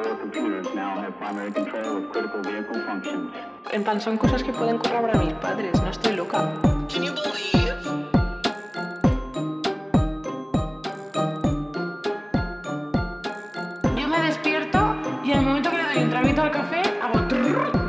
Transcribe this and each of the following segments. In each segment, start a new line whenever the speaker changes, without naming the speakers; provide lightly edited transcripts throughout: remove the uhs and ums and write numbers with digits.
En plan, son cosas que pueden corroborar mis padres, no estoy loca. Yo me despierto y en el momento que le doy un traguito al café, hago trrr.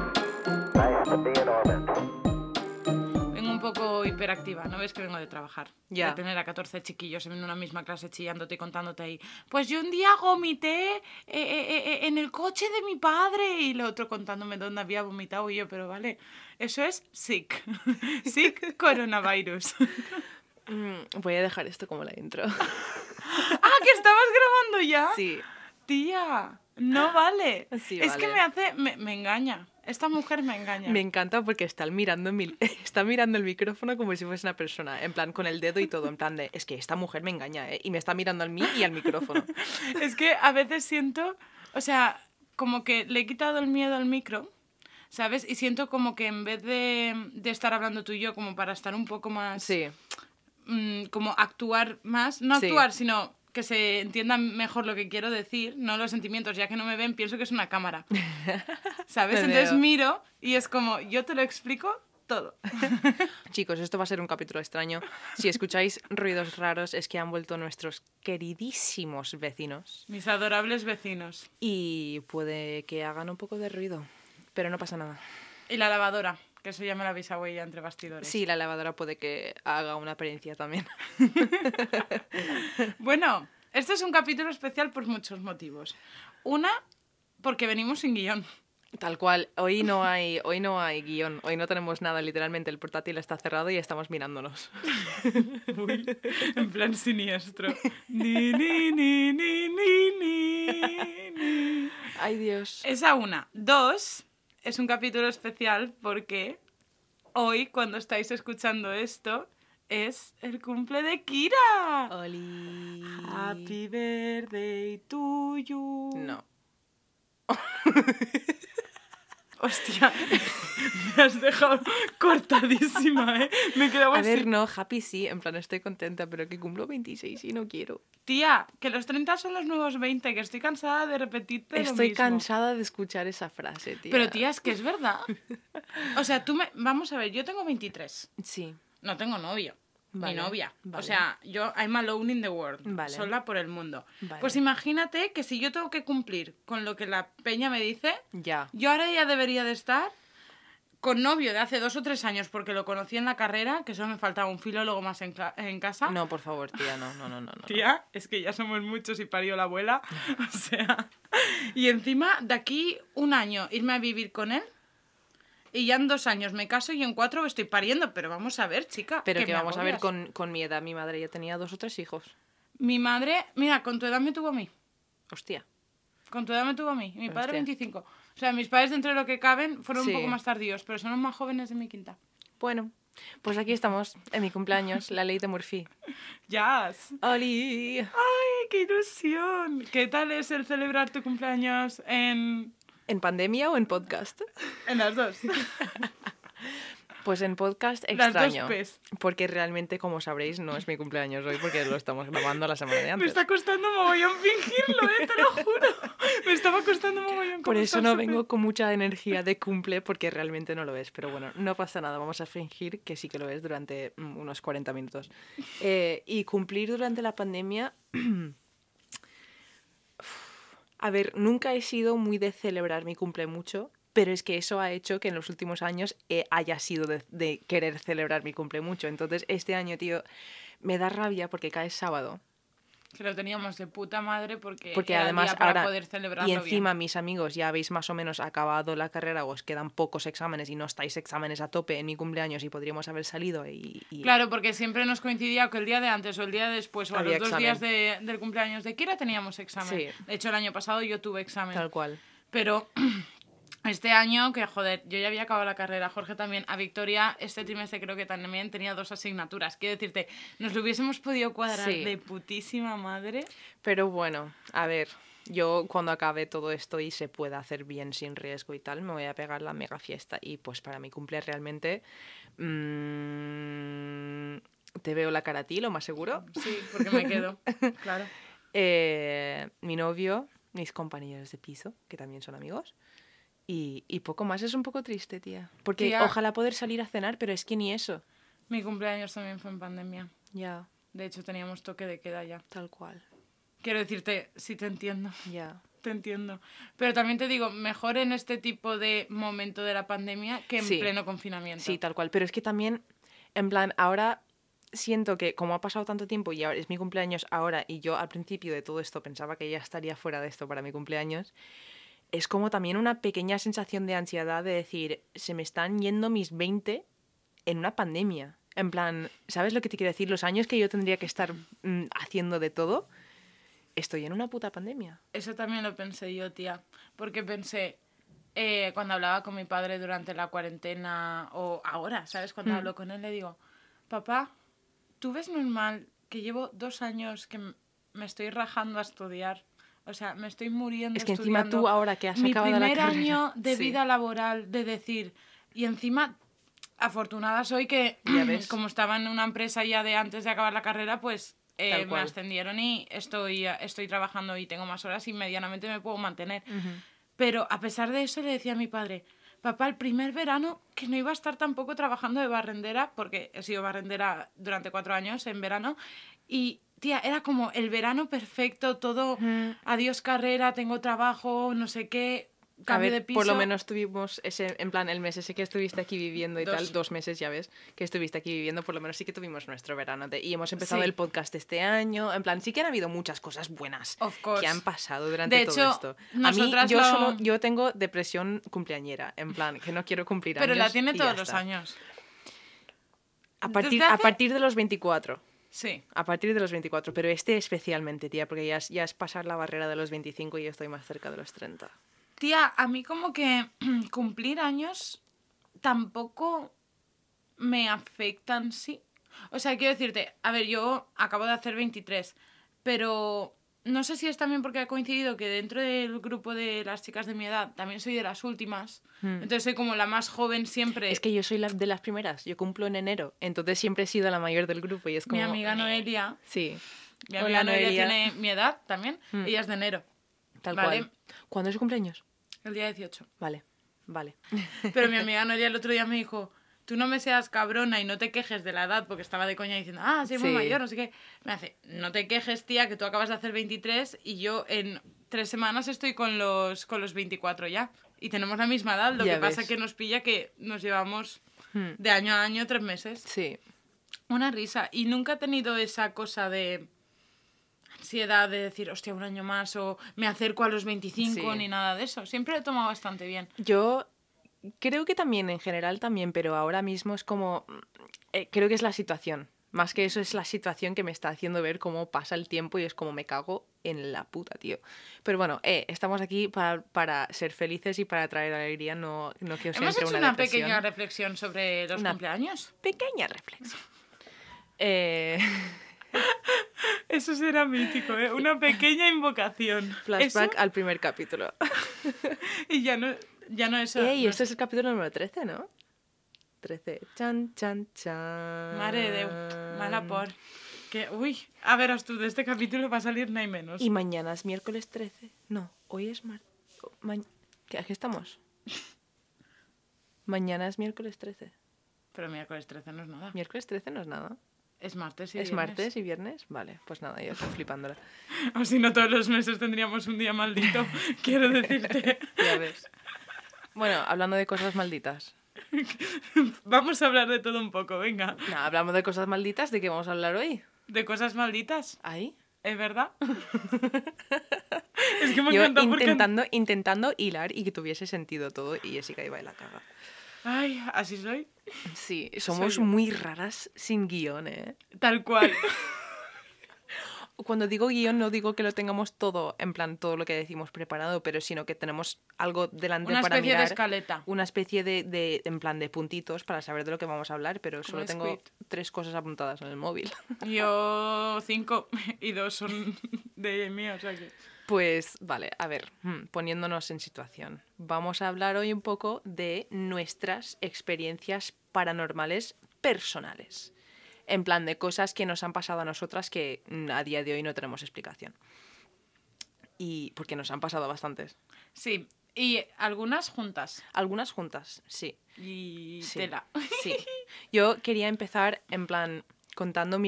Vengo un poco hiperactiva, ¿no ves que vengo de trabajar?
Ya.
De tener a 14 chiquillos en una misma clase chillándote y contándote ahí. Pues yo un día vomité en el coche de mi padre y el otro contándome dónde había vomitado y yo, pero vale, eso es sick. Sick coronavirus.
Voy a dejar esto como la intro.
¡Ah, que estabas grabando ya!
Sí.
Tía, no vale.
Sí,
es
vale.
que me engaña. Esta mujer me engaña.
Me encanta porque está mirando el micrófono como si fuese una persona, en plan con el dedo y todo, en plan de, es que esta mujer me engaña, ¿eh? Y me está mirando a mí y al micrófono.
Es que a veces siento, o sea, como que le he quitado el miedo al micro, ¿sabes? Y siento como que en vez de estar hablando tú y yo, como para estar un poco más...
Sí.
Como actuar más, no
Sí.
actuar, sino que se entienda mejor lo que quiero decir, no los sentimientos, ya que no me ven, pienso que es una cámara. ¿Sabes?
Te
Entonces
veo.
miro y es como, yo te lo explico todo.
Chicos, esto va a ser un capítulo extraño. Si escucháis ruidos raros es que han vuelto nuestros queridísimos vecinos
Mis adorables vecinos.
y puede que hagan un poco de ruido, pero no pasa nada.
Y la lavadora, que eso ya me lo habéis ya entre bastidores.
Sí, la lavadora puede que haga una apariencia también.
Bueno, este es un capítulo especial por muchos motivos. Una, porque venimos sin guión.
Tal cual, hoy no hay guión, hoy no tenemos nada, literalmente el portátil está cerrado y estamos mirándonos.
Uy, en plan siniestro. Ni, ni, ni, ni, ni, ni.
Ay, Dios.
Esa una. Dos, es un capítulo especial porque hoy, cuando estáis escuchando esto, es el cumple de Kira.
Oli.
Happy birthday to you.
No.
Hostia, me has dejado cortadísima, ¿eh? Me quedaba
A
así.
ver, no, happy sí, en plan estoy contenta, pero que cumplo 26 y no quiero.
Tía, que los 30 son los nuevos 20, que estoy cansada de repetirte lo
Estoy
mismo.
cansada de escuchar esa frase, tía.
Pero tía, es que es verdad. O sea, Vamos a ver, yo tengo 23.
Sí.
No tengo novio.
Vale,
Ni novia.
vale.
O sea, I'm alone in the world.
Vale.
Sola por el mundo.
Vale.
Pues imagínate que si yo tengo que cumplir con lo que la peña me dice,
Ya.
yo ahora ya debería de estar con novio de hace 2 o 3 años porque lo conocí en la carrera, que solo me faltaba un filólogo más en casa.
No, por favor, tía, no.
Tía, es que ya somos muchos y parió la abuela. O sea... Y encima, de aquí 1 año, irme a vivir con él. Y ya en 2 años me caso y en 4 estoy pariendo. Pero vamos a ver, chica.
Pero que
me
vamos a ver
agobias.
con mi edad, mi madre ya tenía 2 o 3 hijos.
Mi madre, mira, con tu edad me tuvo a mí.
Hostia.
Con tu edad me tuvo a mí. Mi padre
Hostia.
25. O sea, mis padres dentro de lo que caben fueron
Sí.
un poco más tardíos, pero son los más jóvenes de mi quinta.
Bueno, pues aquí estamos, en mi cumpleaños, la ley de Murphy.
¡Yas!
¡Oli!
¡Ay, qué ilusión! ¿Qué tal es el celebrar tu cumpleaños en
¿En pandemia o en podcast?
las dos?
Pues en podcast
Las dos
extraño.
P's.
Porque realmente, como sabréis, no es mi cumpleaños hoy porque lo estamos grabando la semana de
Me
antes.
está costando mogollón fingirlo, te lo juro. Me estaba costando mogollón.
Por
como
eso
estar
no
súper-
vengo con mucha energía de cumple porque realmente no lo es. Pero bueno, no pasa nada. Vamos a fingir que sí que lo es durante unos 40 minutos. Y cumplir durante la pandemia... A ver, nunca he sido muy de celebrar mi cumple mucho, pero es que eso ha hecho que en los últimos años haya sido de querer celebrar mi cumple mucho. Entonces, este año, tío, me da rabia porque cae sábado.
Que lo teníamos de puta madre porque
Porque
era el
además
día para
ahora,
poder celebrarlo
y encima
bien.
mis amigos ya habéis más o menos acabado la carrera o os quedan pocos exámenes y no estáis exámenes a tope en mi cumpleaños y podríamos haber salido y...
Claro, porque siempre nos coincidía que el día de antes o el día de después o a
Había
los 2
examen.
días del cumpleaños de Kira teníamos examen.
Sí.
De hecho, el año pasado yo tuve examen.
Tal cual.
Pero este año, que joder, yo ya había acabado la carrera, Jorge también, a Victoria este trimestre creo que también tenía 2 asignaturas. Quiero decirte, nos lo hubiésemos podido cuadrar
Sí.
de putísima madre.
Pero bueno, a ver, yo cuando acabe todo esto y se pueda hacer bien sin riesgo y tal, me voy a pegar la mega fiesta. Y pues para mi cumple realmente... te veo la cara a ti, lo más seguro.
Sí, porque me quedo, claro.
Mi novio, mis compañeros de piso, que también son amigos. Y poco más. Es un poco triste, tía. Porque
Tía.
ojalá poder salir a cenar, pero es que ni eso.
Mi cumpleaños también fue en pandemia.
Ya,
De hecho, teníamos toque de queda ya.
tal cual.
Quiero decirte, sí te entiendo.
Ya.
Te entiendo. Pero también te digo, mejor en este tipo de momento de la pandemia que en
Sí.
pleno confinamiento.
Sí, tal cual. Pero es que también, en plan, ahora siento que como ha pasado tanto tiempo y ahora es mi cumpleaños ahora y yo al principio de todo esto pensaba que ya estaría fuera de esto para mi cumpleaños, es como también una pequeña sensación de ansiedad de decir, se me están yendo mis 20 en una pandemia. En plan, ¿sabes lo que te quiero decir? Los años que yo tendría que estar haciendo de todo, estoy en una puta pandemia.
Eso también lo pensé yo, tía. Porque pensé, cuando hablaba con mi padre durante la cuarentena o ahora, ¿sabes? Cuando hablo con él le digo, papá, ¿tú ves normal que llevo 2 años que me estoy rajando a estudiar? O sea, me estoy muriendo
Es que
estudiando.
encima tú ahora que has
Mi
acabado la
primer
carrera...
año de
Sí.
vida laboral, de decir... Y encima, afortunada soy que,
Ya ves.
como estaba en una empresa ya de antes de acabar la carrera, pues
Tal
me
cual.
ascendieron y estoy trabajando y tengo más horas y medianamente me puedo mantener.
Ujú.
Pero a pesar de eso le decía a mi padre, papá, el primer verano que no iba a estar tampoco trabajando de barrendera, porque he sido barrendera durante 4 años en verano, y tía, era como el verano perfecto, todo, adiós carrera, tengo trabajo, no sé qué,
A
cambio
ver,
de piso.
por lo menos tuvimos ese, en plan, el mes ese que estuviste aquí viviendo y
2.
tal, 2 meses, ya ves, que estuviste aquí viviendo, por lo menos sí que tuvimos nuestro verano. Y hemos empezado
Sí.
el podcast este año, en plan, sí que han habido muchas cosas buenas
Of course.
que han pasado durante
De
todo
hecho,
esto. A mí,
nosotras
yo tengo depresión cumpleañera, en plan, que no quiero cumplir
Pero
años.
la tiene
y
todos
ya
los
está.
años.
A
Desde
a
hace-
partir de los 24.
Sí.
A partir de los 24, pero este especialmente, tía, porque ya es pasar la barrera de los 25 y yo estoy más cerca de los 30.
Tía, a mí como que cumplir años tampoco me afectan, sí. O sea, quiero decirte, a ver, yo acabo de hacer 23, pero no sé si es también porque ha coincidido que dentro del grupo de las chicas de mi edad también soy de las últimas. Entonces soy como la más joven siempre.
Es que yo soy de las primeras, yo cumplo en enero, entonces siempre he sido la mayor del grupo y es como...
Mi amiga Noelia,
Sí,
mi
Hola,
amiga Noelia
Noelia.
tiene mi edad también, ella es de enero,
tal
¿vale?
cual. ¿Cuándo es su cumpleaños?
El día 18.
Vale, vale.
Pero mi amiga Noelia el otro día me dijo, tú no me seas cabrona y no te quejes de la edad, porque estaba de coña diciendo, soy muy
Sí.
mayor, no sé qué. Me hace, no te quejes, tía, que tú acabas de hacer 23 y yo en 3 semanas estoy con los 24 ya. Y tenemos la misma edad, lo
Ya
que pasa
ves.
que nos pilla que nos llevamos de año a año 3 meses.
Sí,
Una risa. Y nunca he tenido esa cosa de ansiedad de decir, hostia, un año más o me acerco a los 25
Sí.
ni nada de eso. Siempre lo he tomado bastante bien.
yo creo que también, en general también, pero ahora mismo es como... creo que es la situación. Más que eso es la situación que me está haciendo ver cómo pasa el tiempo y es como me cago en la puta, tío. Pero bueno, estamos aquí para ser felices y para traer alegría, no que os
Hemos
entre
hecho
una
una
depresión.
pequeña reflexión sobre los
Una-
cumpleaños.
Pequeña reflexión.
Eso será mítico, ¿eh? Una pequeña invocación.
Flashback
Eso,
al primer capítulo.
y ya no eso.
Ey,
no
este es el capítulo número 13, ¿no? 13. Chan, chan, chan.
Mare de Déu, mala por. Que, uy, a verás tú, de este capítulo va a salir nada y menos.
Y mañana es miércoles 13. No, hoy es martes. ¿Aquí estamos? Mañana es miércoles 13.
Pero miércoles 13 no es nada.
Miércoles 13 no es nada.
Es martes y
¿Es
viernes.
martes y viernes? Vale, pues nada, yo estoy flipándola.
O si no, todos los meses tendríamos un día maldito, quiero decirte.
Ya ves. Bueno, hablando de cosas malditas.
Vamos a hablar de todo un poco, venga.
No, hablamos de cosas malditas, ¿de qué vamos a hablar hoy?
De cosas malditas,
¿Ahí?
¿es verdad? Es que me
Yo
encanta porque...
intentando hilar y que tuviese sentido todo y Jessica iba y la caga.
Ay, así soy.
Sí, somos
Soy yo.
muy raras sin guión, ¿eh?
Tal cual.
Cuando digo guión no digo que lo tengamos todo, en plan, todo lo que decimos preparado, pero sino que tenemos algo delante
Una
para
especie de
mirar.
escaleta.
Una especie en plan, de puntitos para saber de lo que vamos a hablar, pero
Como
solo tengo
Squid.
3 cosas apuntadas en el móvil.
Yo 5 y 2 son de mí, o sea que...
Pues vale, a ver, poniéndonos en situación. Vamos a hablar hoy un poco de nuestras experiencias paranormales personales. En plan de cosas que nos han pasado a nosotras que a día de hoy no tenemos explicación. Y porque nos han pasado bastantes.
Sí, y algunas juntas.
Algunas juntas, sí.
Y
Sí.
tela.
Sí. Yo quería empezar, en plan, contando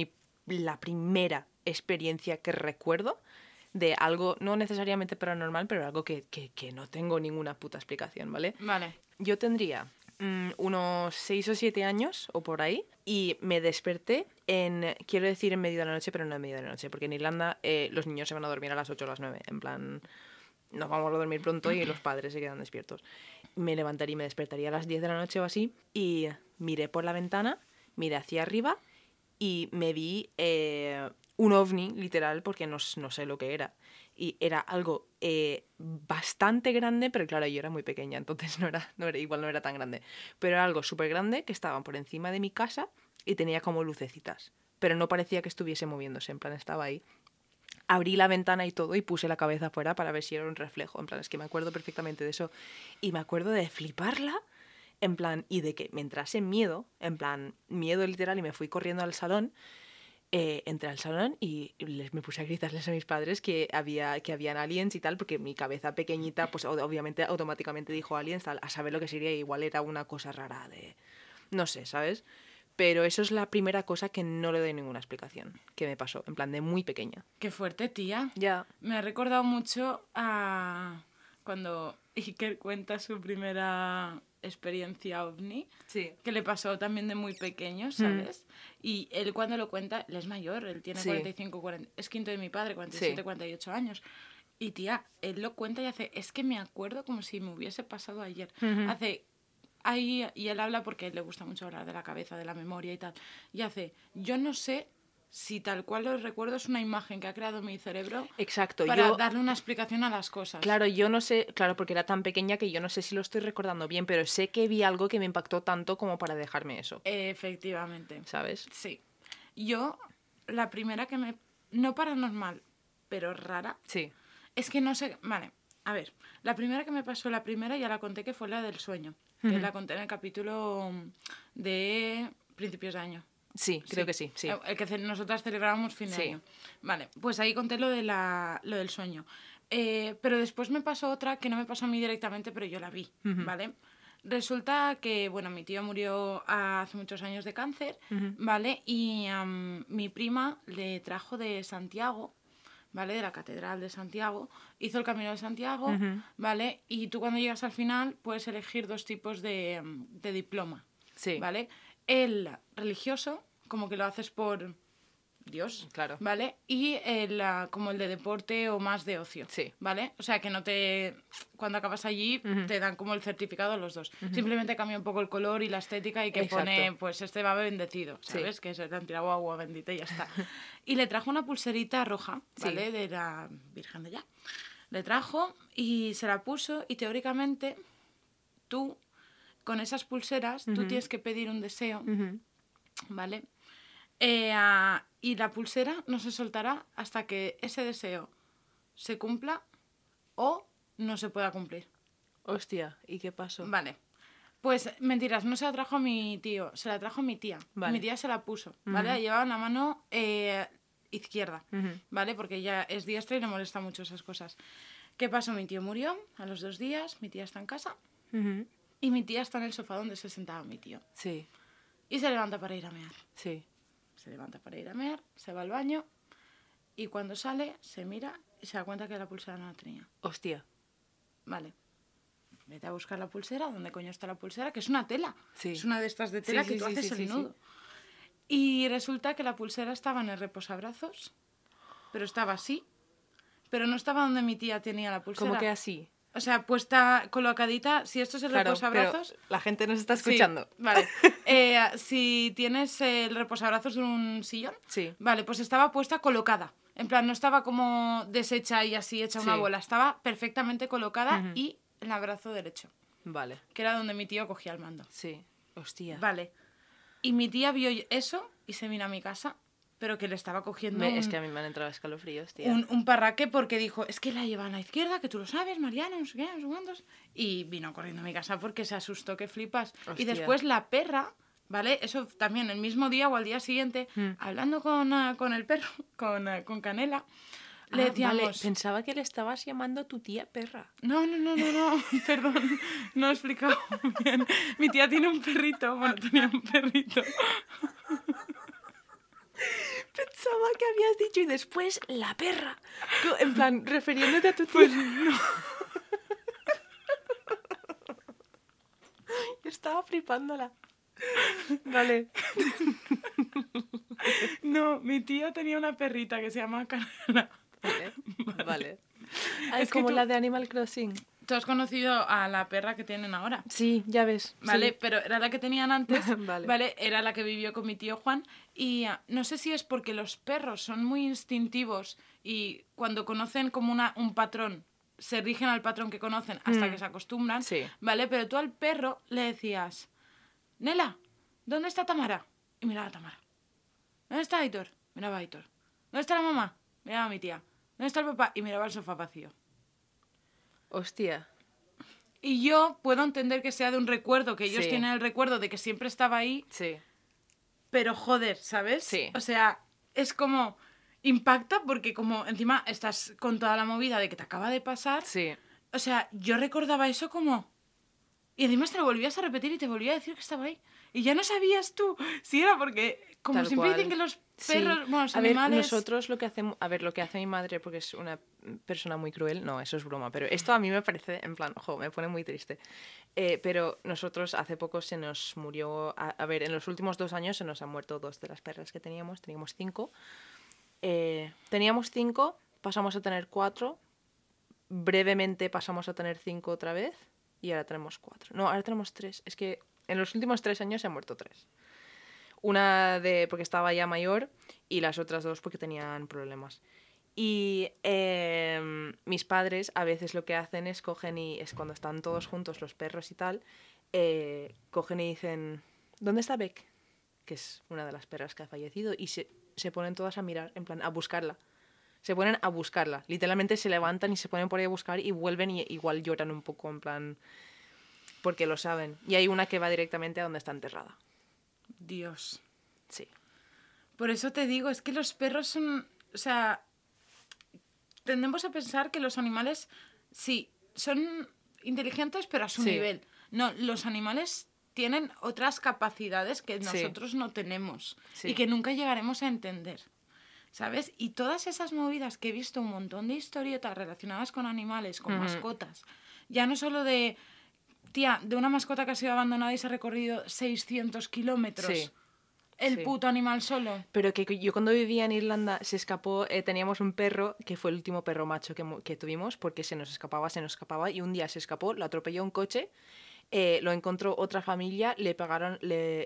la primera experiencia que recuerdo de algo, no necesariamente paranormal, pero algo que no tengo ninguna puta explicación, ¿vale?
Vale.
Yo tendría unos 6 o 7 años o por ahí y me desperté quiero decir en medio de la noche, pero no en medio de la noche, porque en Irlanda los niños se van a dormir a las 8 o las 9, en plan, nos vamos a dormir pronto y los padres se quedan despiertos. Me levantaría y me despertaría a las 10 de la noche o así y miré por la ventana, miré hacia arriba y me vi un ovni, literal, porque no sé lo que era. Y era algo bastante grande, pero claro, yo era muy pequeña, entonces igual no era tan grande. Pero era algo súper grande que estaba por encima de mi casa y tenía como lucecitas. Pero no parecía que estuviese moviéndose, en plan estaba ahí. Abrí la ventana y todo y puse la cabeza afuera para ver si era un reflejo. En plan, es que me acuerdo perfectamente de eso. Y me acuerdo de fliparla, en plan, y de que me entrase miedo, en plan, miedo literal, y me fui corriendo al salón. Entré al salón y me puse a gritarles a mis padres que habían aliens y tal, porque mi cabeza pequeñita, pues obviamente automáticamente dijo aliens, tal, a saber lo que sería, igual era una cosa rara de... No sé, ¿sabes? Pero eso es la primera cosa que no le doy ninguna explicación, que me pasó, en plan de muy pequeña.
Qué fuerte, tía.
Ya.
Me ha recordado mucho a cuando Iker cuenta su primera experiencia ovni,
Sí.
que le pasó también de muy pequeño, ¿sabes? Y él cuando lo cuenta, él es mayor, él tiene
Sí.
45, 40, es quinto de mi padre, 47,
Sí.
48 años. Y tía, él lo cuenta y hace, es que me acuerdo como si me hubiese pasado ayer. Hace, ahí, y él habla porque le gusta mucho hablar de la cabeza, de la memoria y tal. Y hace, yo no sé si tal cual lo recuerdo es una imagen que ha creado mi cerebro
Exacto.
para darle una explicación a las cosas.
Claro, yo no sé, claro, porque era tan pequeña que yo no sé si lo estoy recordando bien, pero sé que vi algo que me impactó tanto como para dejarme eso.
Efectivamente.
¿Sabes?
Sí. Yo, la primera que me... No paranormal, pero rara.
Sí.
Es que no sé... Vale, a ver. La primera que me pasó, la primera ya la conté, que fue la del sueño. Que la conté en el capítulo de principios de año.
Sí, creo que sí, sí.
El que nosotras celebrábamos fin de
Sí.
año. Vale, pues ahí conté lo del sueño. Pero después me pasó otra que no me pasó a mí directamente, pero yo la vi, ¿vale? Resulta que, bueno, mi tío murió hace muchos años de cáncer, ¿vale? Y mi prima le trajo de Santiago, ¿vale? De la Catedral de Santiago. Hizo el Camino de Santiago, ¿vale? Y tú cuando llegas al final puedes elegir dos tipos de diploma,
Sí.
¿vale? El religioso, como que lo haces por Dios,
Claro.
¿vale? Y como el de deporte o más de ocio,
Sí.
¿vale? O sea, que no te... Cuando acabas allí te dan como el certificado los dos. Simplemente cambia un poco el color y la estética y que
Exacto.
pone, pues este va bendecido, ¿sabes?
Sí.
Que se le han tirado agua bendita y ya está. Y le trajo una pulserita roja, ¿vale?
Sí.
De la Virgen de Ya. Le trajo y se la puso y teóricamente tú, con esas pulseras, tú tienes que pedir un deseo, ¿vale? Y la pulsera no se soltará hasta que ese deseo se cumpla o no se pueda cumplir.
Hostia, ¿y qué pasó?
Vale. Pues mentiras, no se la trajo a mi tío, se la trajo a mi tía.
Vale.
Mi tía se la puso, ¿vale? La llevaba en la mano izquierda, ¿vale? Porque ella es diestra y le molesta mucho esas cosas. ¿Qué pasó? Mi tío murió a los 2 días, mi tía está en casa y mi tía está en el sofá donde se sentaba mi tío.
Sí.
Y se levanta para ir a mear.
Sí.
Se levanta para ir a mear, se va al baño y cuando sale se mira y se da cuenta que la pulsera no la tenía.
Hostia.
Vale. Vete a buscar la pulsera. ¿Dónde coño está la pulsera? Que es una tela.
Sí.
Es una de estas de tela que tú haces el nudo. Y resulta que la pulsera estaba en el reposabrazos, pero estaba así. Pero no estaba donde mi tía tenía la pulsera.
¿Cómo que así?
O sea, puesta colocadita, si esto es el reposabrazos...
Pero la gente nos está escuchando.
Sí, vale. Si tienes el reposabrazos de un sillón,
Sí.
vale, pues estaba puesta colocada. En plan, no estaba como deshecha y así hecha una bola. Estaba perfectamente colocada y en el brazo derecho.
Vale.
Que era donde mi tío cogía el mando.
Sí. Hostia.
Vale. Y mi tía vio eso y se vino a mi casa, pero que le estaba cogiendo
Es que a mí me han entrado escalofríos, tía.
un parraque porque dijo, es que la lleva a la izquierda, que tú lo sabes, Mariana, no sé qué, no sé cuántos. Y vino corriendo a mi casa porque se asustó que flipas.
Hostia.
Y después la perra, ¿vale? Eso también el mismo día o al día siguiente, hablando con el perro, con Canela, Le
Vale,
decíamos...
pensaba que le estabas llamando a tu tía perra.
No, perdón, no he explicado bien. Mi tía tiene un perrito, bueno, tenía un perrito.
Pensaba que habías dicho y después la perra. En plan, refiriéndote a tu tía.
Pues no.
Yo estaba flipándola. Vale.
No, mi tía tenía una perrita que se llama Canela.
Vale. Ah,
Es
es
que
como
tú-
la de Animal Crossing.
Tú has conocido a la perra que tienen ahora,
Sí, ya ves.
¿vale?
Sí.
Pero era la que tenían antes,
Vale.
¿vale? Era la que vivió con mi tío Juan. Y no sé si es porque los perros son muy instintivos y cuando conocen como un patrón, se rigen al patrón que conocen hasta que se acostumbran,
Sí.
¿vale? Pero tú al perro le decías, Nela, ¿dónde está Tamara? Y miraba a Tamara. ¿Dónde está Aitor? Miraba a Aitor. ¿Dónde está la mamá? Miraba a mi tía. ¿Dónde está el papá? Y miraba el sofá vacío.
Hostia.
Y yo puedo entender que sea de un recuerdo, que ellos
Sí.
tienen el recuerdo de que siempre estaba ahí,
Sí.
pero joder, ¿sabes?
Sí.
O sea, es como... Impacta porque como encima estás con toda la movida de que te acaba de pasar.
Sí.
O sea, yo recordaba eso como... Y además te lo volvías a repetir y te volvía a decir que estaba ahí. Y ya no sabías tú si era porque... Como
Tal
siempre
cual.
dicen que los
Sí.
perros... Bueno, los
A ver,
animales...
nosotros lo que hacemos... A ver, lo que hace mi madre, porque es una persona muy cruel... No, eso es broma, pero esto a mí me parece, en plan, ojo, me pone muy triste. Pero nosotros hace poco se nos murió... A ver, en los últimos 2 años se nos han muerto 2 de las perras que teníamos. Teníamos 5. Teníamos 5, pasamos a tener 4. Brevemente pasamos a tener 5 otra vez. Y ahora tenemos 4. No, ahora tenemos 3. Es que en los últimos 3 años se han muerto 3. Una porque estaba ya mayor y las otras 2 porque tenían problemas. Y mis padres a veces lo que hacen es cogen y es cuando están todos juntos los perros y tal, cogen y dicen, ¿dónde está Beck? Que es una de las perras que ha fallecido. Y se ponen todas a mirar, en plan, a buscarla. Se ponen a buscarla. Literalmente se levantan y se ponen por ahí a buscar y vuelven y igual lloran un poco, en plan, porque lo saben. Y hay una que va directamente a donde está enterrada.
Dios.
Sí.
Por eso te digo, es que los perros son... O sea, tendemos a pensar que los animales, sí, son inteligentes, pero a su
Sí.
nivel. No, los animales tienen otras capacidades que
Sí.
nosotros no tenemos
Sí.
y que nunca llegaremos a entender. ¿Sabes? Y todas esas movidas que he visto, un montón de historietas relacionadas con animales, con mascotas, ya no solo de, tía, de una mascota que ha sido abandonada y se ha recorrido 600 kilómetros.
Sí.
El
Sí.
puto animal solo.
Pero que yo cuando vivía en Irlanda se escapó, teníamos un perro que fue el último perro macho que tuvimos porque se nos escapaba y un día se escapó, lo atropelló un coche, lo encontró otra familia, le pagaron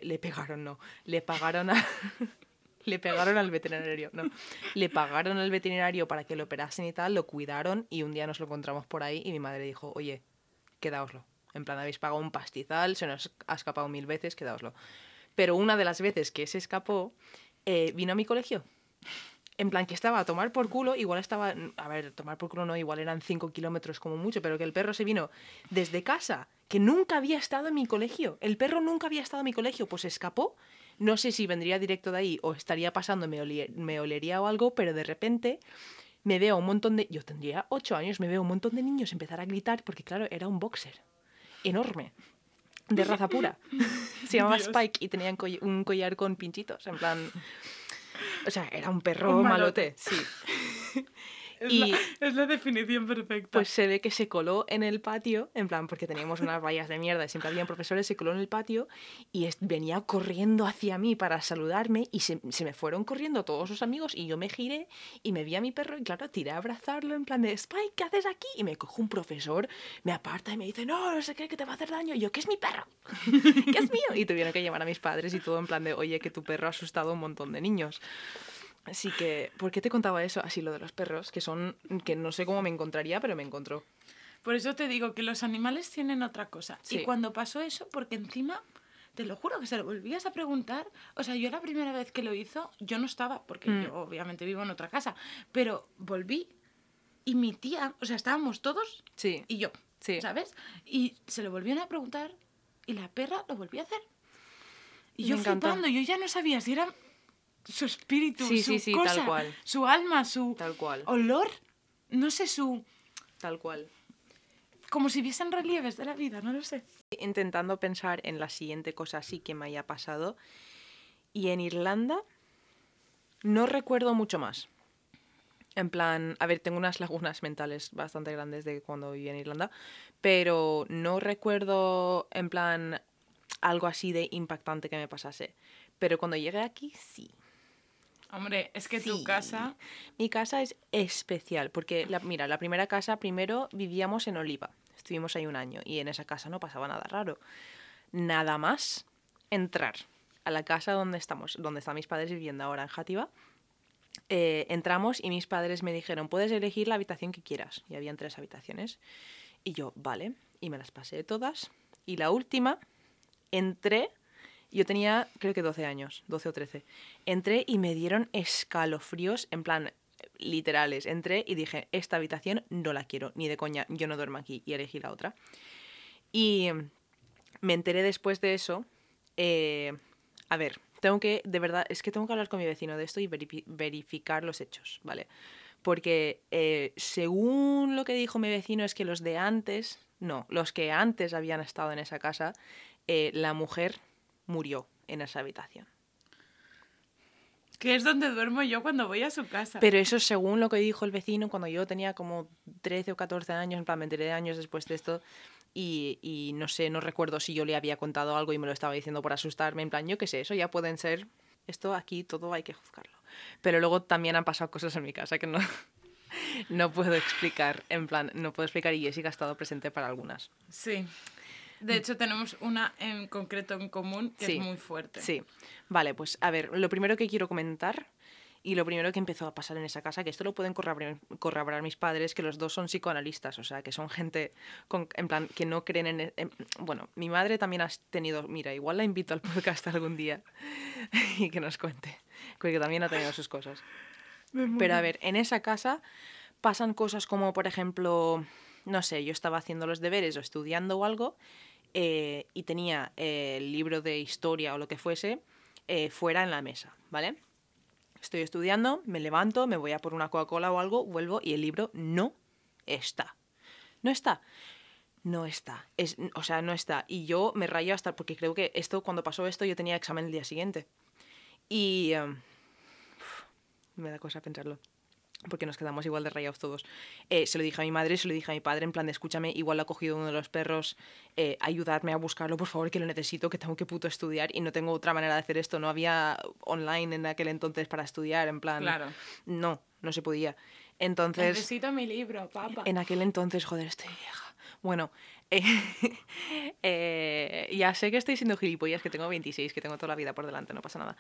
le pagaron al veterinario, no. Le pagaron al veterinario para que lo operasen y tal, lo cuidaron y un día nos lo encontramos por ahí y mi madre dijo, oye, quedaoslo. En plan, habéis pagado un pastizal, se nos ha escapado 1000 veces, quedaoslo. Pero una de las veces que se escapó, vino a mi colegio. En plan, que estaba a tomar por culo, igual estaba... A ver, tomar por culo no, igual eran 5 kilómetros como mucho, pero que el perro se vino desde casa, que nunca había estado en mi colegio. El perro nunca había estado en mi colegio, pues se escapó. No sé si vendría directo de ahí o estaría pasando, me olería o algo, pero de repente me veo un montón de... Yo tendría 8 años, me veo un montón de niños empezar a gritar, porque claro, era un boxer enorme, de raza pura. Se llamaba
Dios.
Spike y tenía un collar con pinchitos, en plan... O sea, era un perro
Un
malote,
malote.
sí.
Es,
Y-
es la definición perfecta.
Pues se ve que se coló en el patio, en plan, porque teníamos unas vallas de mierda y siempre habían profesores, se coló en el patio y venía corriendo hacia mí para saludarme y se me fueron corriendo todos sus amigos y yo me giré y me vi a mi perro y claro, tiré a abrazarlo en plan de Spike, ¿qué haces aquí? Y me coge un profesor, me aparta y me dice, no sé qué, que te va a hacer daño. Y yo, ¿qué es mi perro? ¿Qué es mío? Y tuvieron que llamar a mis padres y todo en plan de, oye, que tu perro ha asustado a un montón de niños. Así que, ¿por qué te contaba eso? Así lo de los perros, que no sé cómo me encontraría, pero me encontró.
Por eso te digo que los animales tienen otra cosa.
Sí.
Y cuando pasó eso, porque encima, te lo juro que se lo volvías a preguntar. O sea, yo la primera vez que lo hizo, yo no estaba, porque yo obviamente vivo en otra casa. Pero volví y mi tía, o sea, estábamos todos
Sí.
y yo,
Sí.
¿sabes? Y se lo volvieron a preguntar y la perra lo volvió a hacer. Y
Me
yo
encanta.
flipando, yo ya no sabía si era su espíritu,
Sí,
su
sí, sí,
cosa,
tal cual.
su alma, su
Tal cual.
olor, no sé, su...
Tal cual.
como si viesen relieves de la vida, no lo sé.
Intentando pensar en la siguiente cosa así que me haya pasado. Y en Irlanda no recuerdo mucho más. En plan, a ver, tengo unas lagunas mentales bastante grandes de cuando viví en Irlanda, pero no recuerdo, en plan, algo así de impactante que me pasase. Pero cuando llegué aquí, sí.
Hombre, es que tu
Sí.
casa...
Mi casa es especial, porque, mira, la primera casa, primero vivíamos en Oliva. Estuvimos ahí un año y en esa casa no pasaba nada raro. Nada más entrar a la casa donde estamos, donde están mis padres viviendo ahora en Játiva. Entramos y mis padres me dijeron, puedes elegir la habitación que quieras. Y habían 3 habitaciones. Y yo, vale. Y me las pasé todas. Y la última, entré. Yo tenía, creo que 12 años, 12 o 13. Entré y me dieron escalofríos, en plan, literales. Entré y dije, esta habitación no la quiero, ni de coña, yo no duermo aquí. Y elegí la otra. Y me enteré después de eso. A ver, de verdad, es que tengo que hablar con mi vecino de esto y verificar los hechos, ¿vale? Porque según lo que dijo mi vecino es que los que antes habían estado en esa casa, la mujer murió en esa habitación.
Que es donde duermo yo cuando voy a su casa.
Pero eso es según lo que dijo el vecino cuando yo tenía como 13 o 14 años, en plan, me enteré de años después de esto. Y no sé, no recuerdo si yo le había contado algo y me lo estaba diciendo por asustarme. En plan, yo qué sé, eso ya pueden ser... Esto aquí todo hay que juzgarlo. Pero luego también han pasado cosas en mi casa que no, no puedo explicar. En plan, no puedo explicar y Jessica ha estado presente para algunas.
Sí. De hecho, tenemos una en concreto en común que es
Sí,
muy fuerte.
sí. Vale, pues a ver, lo primero que quiero comentar y lo primero que empezó a pasar en esa casa, que esto lo pueden corroborar mis padres, que los dos son psicoanalistas, o sea, que son gente en plan que no creen bueno, mi madre también ha tenido, mira, igual la invito al podcast algún día y que nos cuente, porque también ha tenido sus cosas. Pero a ver, en esa casa pasan cosas como, por ejemplo, no sé, yo estaba haciendo los deberes o estudiando o algo y tenía el libro de historia o lo que fuese fuera en la mesa, ¿vale? Estoy estudiando, me levanto, me voy a por una Coca-Cola o algo, vuelvo y el libro no está. No está. No está. O sea, no está. Y yo me rayo hasta... Porque creo que cuando pasó esto, yo tenía examen el día siguiente. Y... me da cosa pensarlo. Porque nos quedamos igual de rayados todos. Se lo dije a mi madre, se lo dije a mi padre, en plan de escúchame, igual lo ha cogido uno de los perros, ayudarme a buscarlo, por favor, que lo necesito, que tengo que puto estudiar y no tengo otra manera de hacer esto. No había online en aquel entonces para estudiar, en plan...
Claro.
No se podía. Entonces...
Necesito mi libro, papá.
En aquel entonces, joder, estoy vieja. Bueno, ya sé que estoy siendo gilipollas, que tengo 26, que tengo toda la vida por delante, no pasa nada.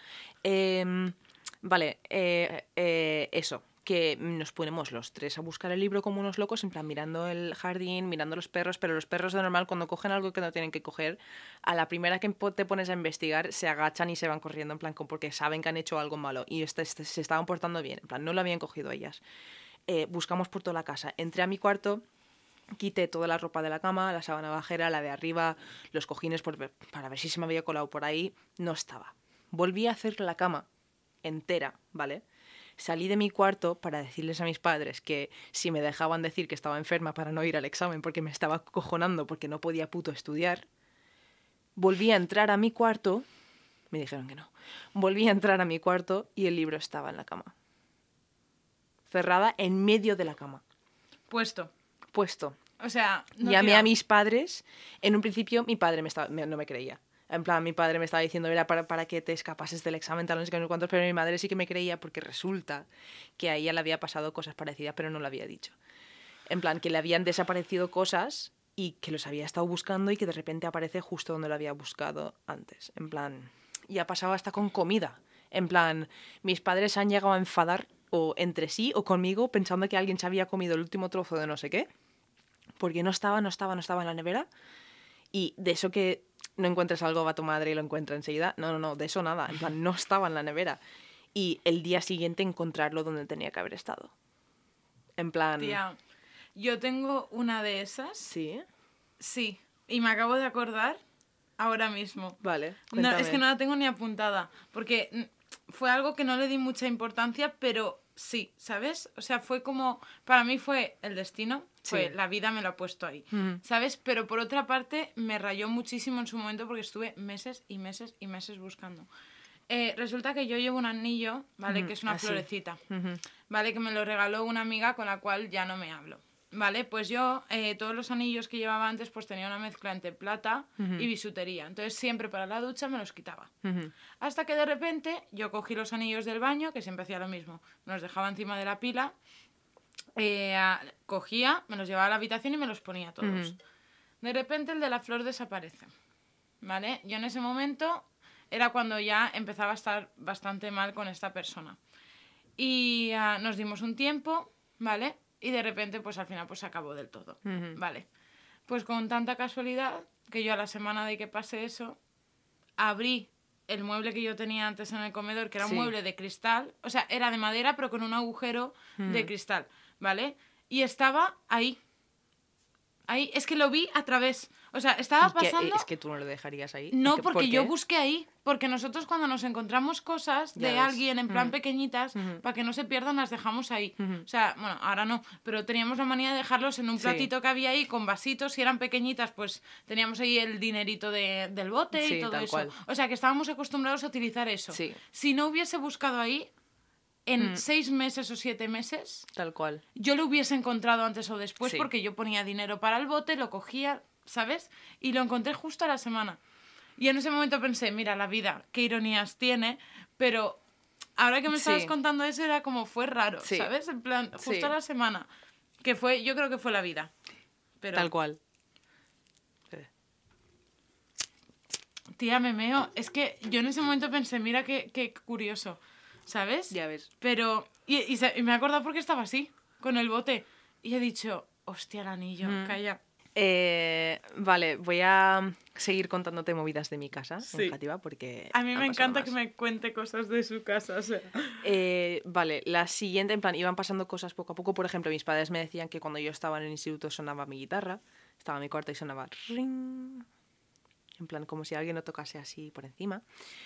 Vale, eso, que nos ponemos los 3 a buscar el libro como unos locos, en plan mirando el jardín, mirando los perros, pero los perros de normal cuando cogen algo que no tienen que coger, a la primera que te pones a investigar se agachan y se van corriendo, en plan porque saben que han hecho algo malo y se estaban portando bien, en plan no lo habían cogido ellas. Buscamos por toda la casa, entré a mi cuarto, quité toda la ropa de la cama, la sábana bajera, la de arriba, los cojines para ver si se me había colado por ahí, no estaba. Volví a hacer la cama entera, ¿vale? Salí de mi cuarto para decirles a mis padres que si me dejaban decir que estaba enferma para no ir al examen porque me estaba cojonando porque no podía puto estudiar. Volví a entrar a mi cuarto, me dijeron que no. Volví a entrar a mi cuarto y el libro estaba en la cama. Cerrada en medio de la cama.
Puesto.
O
sea, no
llamé
tirado.
a mis padres. En un principio mi padre no me creía. En plan, mi padre me estaba diciendo, era para que te escapases del examen, tal, no sé qué, no sé cuántos, pero mi madre sí que me creía porque resulta que a ella le había pasado cosas parecidas, pero no lo había dicho. En plan, que le habían desaparecido cosas y que los había estado buscando y que de repente aparece justo donde lo había buscado antes. En plan, y ha pasado hasta con comida. En plan, mis padres han llegado a enfadar o entre sí o conmigo pensando que alguien se había comido el último trozo de no sé qué, porque no estaba en la nevera. Y de eso que no encuentres algo, va tu madre y lo encuentra enseguida. No, de eso nada. En plan, no estaba en la nevera. Y el día siguiente encontrarlo donde tenía que haber estado. En plan...
Tía, yo tengo una de esas.
¿Sí?
Sí, y me acabo de acordar ahora mismo.
Vale,
No,
cuéntame.
es que no la tengo ni apuntada, porque fue algo que no le di mucha importancia, pero sí, ¿sabes? O sea, fue como, para mí fue el destino, fue
Sí.
la vida me lo ha puesto ahí,
Ujú.
¿sabes? Pero por otra parte me rayó muchísimo en su momento porque estuve meses y meses y meses buscando. Resulta que yo llevo un anillo, ¿vale? Que es una
Ah, sí.
florecita,
Ujú.
¿vale? Que me lo regaló una amiga con la cual ya no me hablo. Vale, pues yo todos los anillos que llevaba antes pues tenía una mezcla entre plata y bisutería. Entonces siempre para la ducha me los quitaba.
Ujú.
Hasta que de repente yo cogí los anillos del baño, que siempre hacía lo mismo. Me los dejaba encima de la pila, cogía, me los llevaba a la habitación y me los ponía todos.
Ujú.
De repente el de la flor desaparece. ¿Vale? Yo en ese momento era cuando ya empezaba a estar bastante mal con esta persona. Y nos dimos un tiempo, ¿vale? Y de repente, pues al final, pues se acabó del todo,
Ujú.
¿vale? Pues con tanta casualidad que yo a la semana de que pase eso, abrí el mueble que yo tenía antes en el comedor, que era un
Sí.
mueble de cristal, o sea, era de madera, pero con un agujero de
Ujú.
cristal, ¿vale? Y estaba ahí. Ahí, es que lo vi a través. O sea, estaba
¿Y qué?
pasando...
Es que tú no lo dejarías ahí.
No,
¿Por
porque yo
qué?
busqué ahí. Porque nosotros cuando nos encontramos cosas
Ya
de
ves.
alguien en plan
Ujú.
pequeñitas,
Ujú.
para que no se pierdan, las dejamos ahí.
Ujú.
O sea, bueno, ahora no, pero teníamos la manía de dejarlos en un
Sí.
platito que había ahí con vasitos. Si eran pequeñitas, pues teníamos ahí el dinerito del bote y
Sí,
todo
tal
eso.
cual.
O sea, que estábamos acostumbrados a utilizar eso.
Sí.
Si no hubiese buscado ahí, en
Mm.
6 meses o 7 meses,
Tal cual.
yo lo hubiese encontrado antes o después
Sí.
porque yo ponía dinero para el bote, lo cogía, ¿sabes? Y lo encontré justo a la semana. Y en ese momento pensé, mira, la vida, qué ironías tiene, pero ahora que me estabas
Sí.
contando eso era como fue raro,
Sí.
¿sabes? En plan, justo
Sí.
a la semana. Que fue, yo creo que fue la vida. Pero,
Tal cual.
tía, me meo. Es que yo en ese momento pensé, mira qué curioso, ¿sabes?
Ya ves.
Pero, y me he acordado porque estaba así, con el bote. Y he dicho, hostia, el anillo, calla.
Vale, voy a seguir contándote movidas de mi casa
Sí.
en Játiva porque
A mí
han
me
pasado
encanta
más.
que me cuente cosas de su casa, o sea.
Vale, la siguiente, en plan, iban pasando cosas poco a poco. Por ejemplo, mis padres me decían que cuando yo estaba en el instituto sonaba mi guitarra, estaba en mi cuarto y sonaba ring, en plan, como si alguien lo tocase así por encima.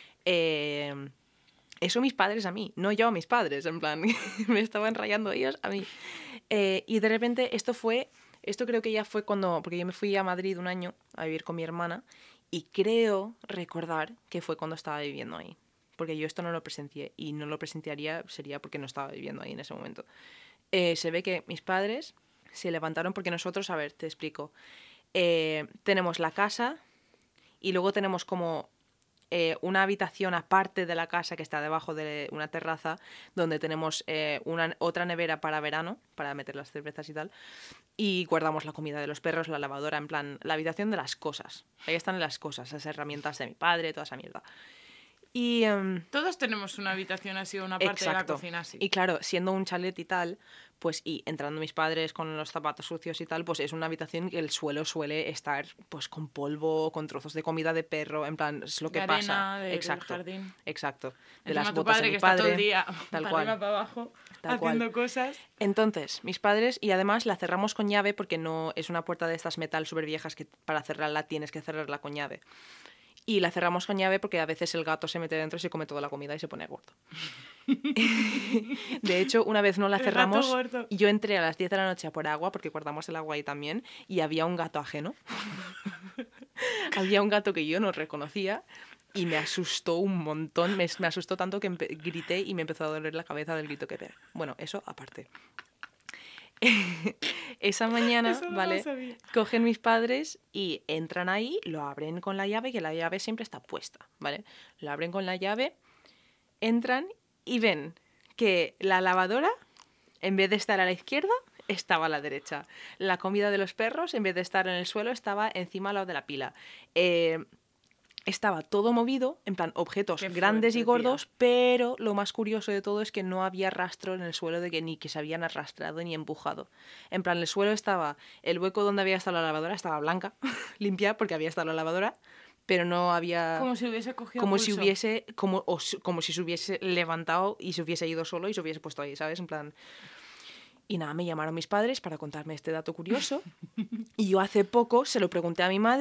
Eso mis padres a mí, no yo a mis padres, en plan, me estaban rayando ellos a mí. Y de repente esto creo que ya fue cuando, porque yo me fui a Madrid un año a vivir con mi hermana y creo recordar que fue cuando estaba viviendo ahí. Porque yo esto no lo presencié y no lo presenciaría sería porque no estaba viviendo ahí en ese momento. Se ve que mis padres se levantaron porque nosotros, a ver, te explico, tenemos la casa y luego tenemos como una habitación aparte de la casa que está debajo de una terraza donde tenemos otra nevera para verano, para meter las cervezas y tal, y guardamos la comida de los perros, la lavadora, en plan, la habitación de las cosas. Ahí están las cosas, esas herramientas de mi padre, toda esa mierda. Y
Todos tenemos una habitación así o una parte de la
exacto.
cocina así.
Y claro, siendo un chalet y tal, pues y entrando mis padres con los zapatos sucios y tal, pues es una habitación que el suelo suele estar pues con polvo, con trozos de comida de perro, en plan, es lo
De
que
arena,
pasa.
del
Exacto.
jardín.
Exacto. De
Encima
las
tu
botas
padre
de
que
mi
está todo el
padre.
día
Tal
para
cual.
arriba, para abajo,
Tal
haciendo
cual.
cosas.
Entonces, mis padres, y además la cerramos con llave porque no es una puerta de estas metal súper viejas que para cerrarla tienes que cerrarla con llave. Y la cerramos con llave porque a veces el gato se mete dentro y se come toda la comida y se pone gordo. De hecho, una vez no la
El gato
cerramos,
gordo.
yo entré a las 10 de la noche a por agua, porque guardamos el agua ahí también, y había un gato ajeno. Había un gato que yo no reconocía y me asustó un montón. Me asustó tanto que grité y me empezó a doler la cabeza del grito que pegué. Bueno, eso aparte. Esa mañana,
Eso no lo
¿vale?
sabía.
Cogen mis padres y entran ahí, lo abren con la llave, que la llave siempre está puesta, ¿vale? Lo abren con la llave, entran y ven que la lavadora, en vez de estar a la izquierda, estaba a la derecha. La comida de los perros, en vez de estar en el suelo, estaba encima al lado de la pila. Estaba todo movido, en plan, objetos
Qué
grandes y
fuerte,
gordos, pero lo más curioso de todo es que no había rastro en el suelo de que ni que se habían arrastrado ni empujado. En plan, el suelo estaba, el hueco donde había estado la lavadora estaba blanca, limpia, porque había estado la lavadora, pero no había...
Como si hubiese cogido
como
pulso.
si hubiese, como si se hubiese levantado y se hubiese ido solo y se hubiese puesto ahí, ¿sabes? En plan... Y nada, me llamaron mis padres para contarme este dato curioso. Y yo hace poco se lo pregunté a mi madre,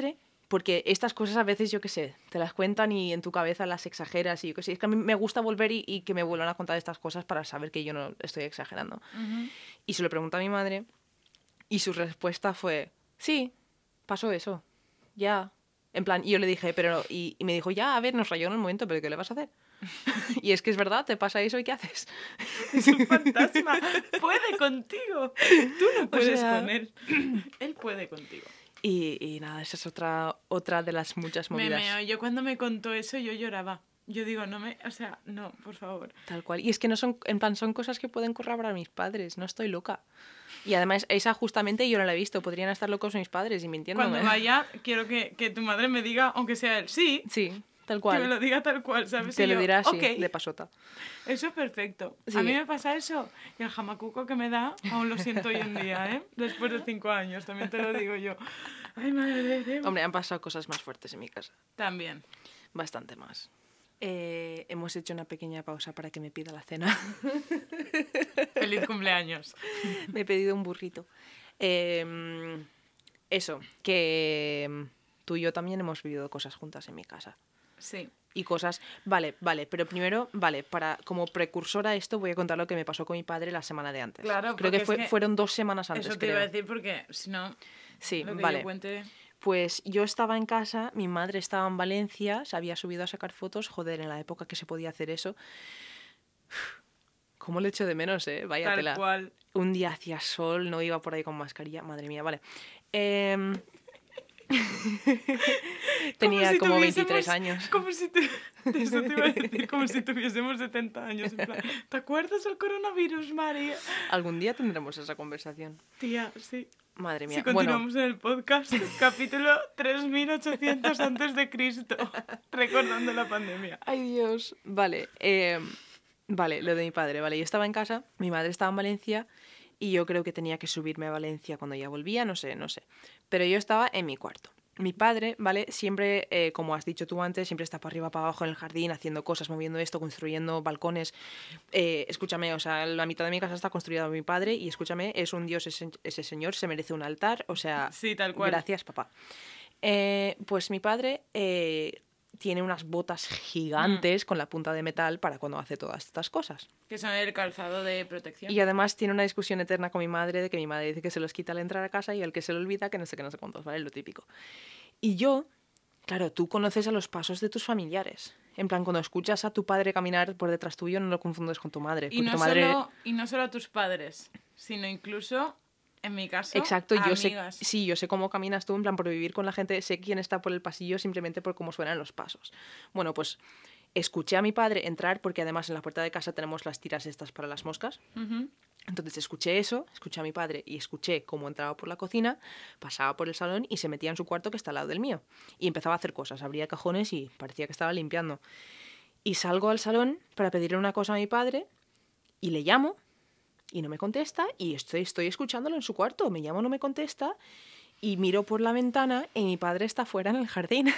porque estas cosas a veces, yo qué sé, te las cuentan y en tu cabeza las exageras y yo qué sé. Es que a mí me gusta volver y que me vuelvan a contar estas cosas para saber que yo no estoy exagerando.
Ujú.
Y se lo pregunté a mi madre y su respuesta fue, sí, pasó eso, ya. En plan, y yo le dije, pero... Y me dijo, ya, a ver, nos rayó en el momento, pero ¿qué le vas a hacer? Y es que es verdad, te pasa eso y ¿qué haces?
Es un fantasma. Puede contigo. Tú no puedes
sea-
con él. Él puede contigo.
Y nada, esa es otra de las muchas
Me
movidas.
meo. Yo cuando me contó eso, yo lloraba. Yo digo, no me... O sea, no, por favor.
Tal cual. Y es que no son, en plan, son cosas que pueden corroborar mis padres, no estoy loca. Y además, esa justamente yo no la he visto. Podrían estar locos mis padres y mintiéndome.
Cuando vaya, quiero que tu madre me diga, aunque sea él, sí,
Sí, tal
que
cual.
me lo diga tal cual, ¿sabes?
Te
Y
lo
yo,
dirá así,
ok,
de pasota.
eso es perfecto.
Sí.
A mí me pasa eso. Y el jamacuco que me da, aún lo siento hoy en día, ¿eh? Después de 5 años, también te lo digo yo. Ay, madre de Dios.
Hombre, han pasado cosas más fuertes en mi casa.
También.
Bastante más. Hemos hecho una pequeña pausa para que me pida la cena.
Feliz cumpleaños.
Me he pedido un burrito. Eso, que tú y yo también hemos vivido cosas juntas en mi casa.
Sí.
Y cosas... Vale, pero primero, como precursora a esto voy a contar lo que me pasó con mi padre la semana de antes.
Claro,
creo
porque
que,
es que
fueron 2 semanas antes,
Eso te
creo.
iba a decir porque, si no,
Sí,
lo que
vale.
yo cuente...
Pues yo estaba en casa, mi madre estaba en Valencia, se había subido a sacar fotos, joder, en la época que se podía hacer eso. ¿Cómo le echo de menos, Vaya
Tal
tela.
cual.
Un día hacía sol, no iba por ahí con mascarilla, madre mía, vale. Tenía como 23 años.
Como si eso te iba a decir, como si tuviésemos 70 años. En plan, ¿te acuerdas del coronavirus, María?
Algún día tendremos esa conversación.
Tía, sí.
Madre mía.
Si continuamos en el podcast, capítulo 3800 antes de Cristo, recordando la pandemia.
Ay, Dios. Vale, vale, lo de mi padre, vale. Yo estaba en casa, mi madre estaba en Valencia y yo creo que tenía que subirme a Valencia cuando ya volvía, no sé. Pero yo estaba en mi cuarto. Mi padre, ¿vale? Siempre, como has dicho tú antes, siempre está para arriba, para abajo en el jardín, haciendo cosas, moviendo esto, construyendo balcones. Escúchame, o sea, la mitad de mi casa está construida por mi padre y escúchame, es un dios ese señor, se merece un altar, o sea,
Sí, tal cual.
gracias, papá. Pues mi padre tiene unas botas gigantes con la punta de metal para cuando hace todas estas cosas.
Que son el calzado de protección.
Y además tiene una discusión eterna con mi madre de que mi madre dice que se los quita al entrar a casa y al que se le olvida que no sé qué, no sé cuántos, ¿vale? Lo típico. Y yo, claro, tú conoces a los pasos de tus familiares. En plan, cuando escuchas a tu padre caminar por detrás tuyo, no lo confundes con tu madre.
Y
porque
no,
tu madre...
y no solo a tus padres, sino incluso, en mi caso,
Exacto,
a
yo sé,
amigas.
sí, yo sé cómo caminas tú, en plan, por vivir con la gente, sé quién está por el pasillo simplemente por cómo suenan los pasos. Bueno, pues escuché a mi padre entrar, porque además en la puerta de casa tenemos las tiras estas para las moscas.
Ujú.
Entonces escuché eso, escuché a mi padre y escuché cómo entraba por la cocina, pasaba por el salón y se metía en su cuarto que está al lado del mío. Y empezaba a hacer cosas, abría cajones y parecía que estaba limpiando. Y salgo al salón para pedirle una cosa a mi padre y le llamo y no me contesta y estoy escuchándolo en su cuarto. Me llamo, no me contesta y miro por la ventana y mi padre está fuera en el jardín.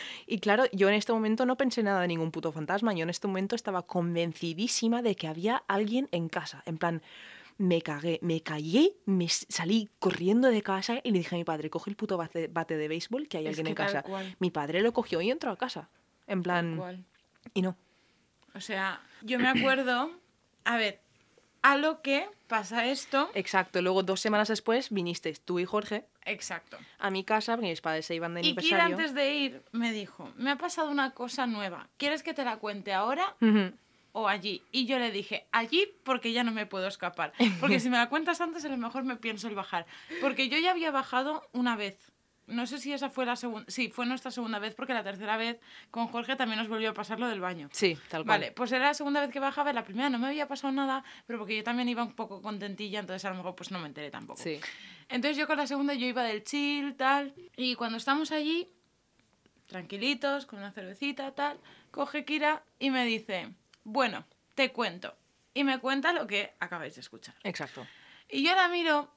Y claro, yo en este momento no pensé nada de ningún puto fantasma. Yo en este momento estaba convencidísima de que había alguien en casa. En plan, me cagué, me callé, salí corriendo de casa y le dije a mi padre, coge el puto bate de béisbol que hay
Es
alguien
que
en
tal
casa.
cual.
Mi padre lo cogió y entró a casa. En
Tal
plan,
cual.
y no.
O sea, yo me acuerdo, a ver, a lo que pasa esto.
Exacto, luego 2 semanas después vinisteis tú y Jorge
Exacto.
a mi casa, porque mis padres se iban de
Y Kira
aniversario.
antes de ir me dijo, me ha pasado una cosa nueva, ¿quieres que te la cuente ahora
Ujú.
o allí? Y yo le dije, allí porque ya no me puedo escapar. Porque si me la cuentas antes, a lo mejor me pienso el bajar. Porque yo ya había bajado una vez. No sé si esa fue la segunda. Sí, fue nuestra segunda vez, porque la tercera vez con Jorge también nos volvió a pasar lo del baño.
Sí, tal cual.
Vale, pues era la segunda vez que bajaba. La primera no me había pasado nada, pero porque yo también iba un poco contentilla, entonces a lo mejor pues no me enteré tampoco.
Sí.
Entonces yo con la segunda yo iba del chill, tal. Y cuando estamos allí, tranquilitos, con una cervecita, tal, coge Kira y me dice, bueno, te cuento. Y me cuenta lo que acabáis de escuchar.
Exacto.
Y yo la miro.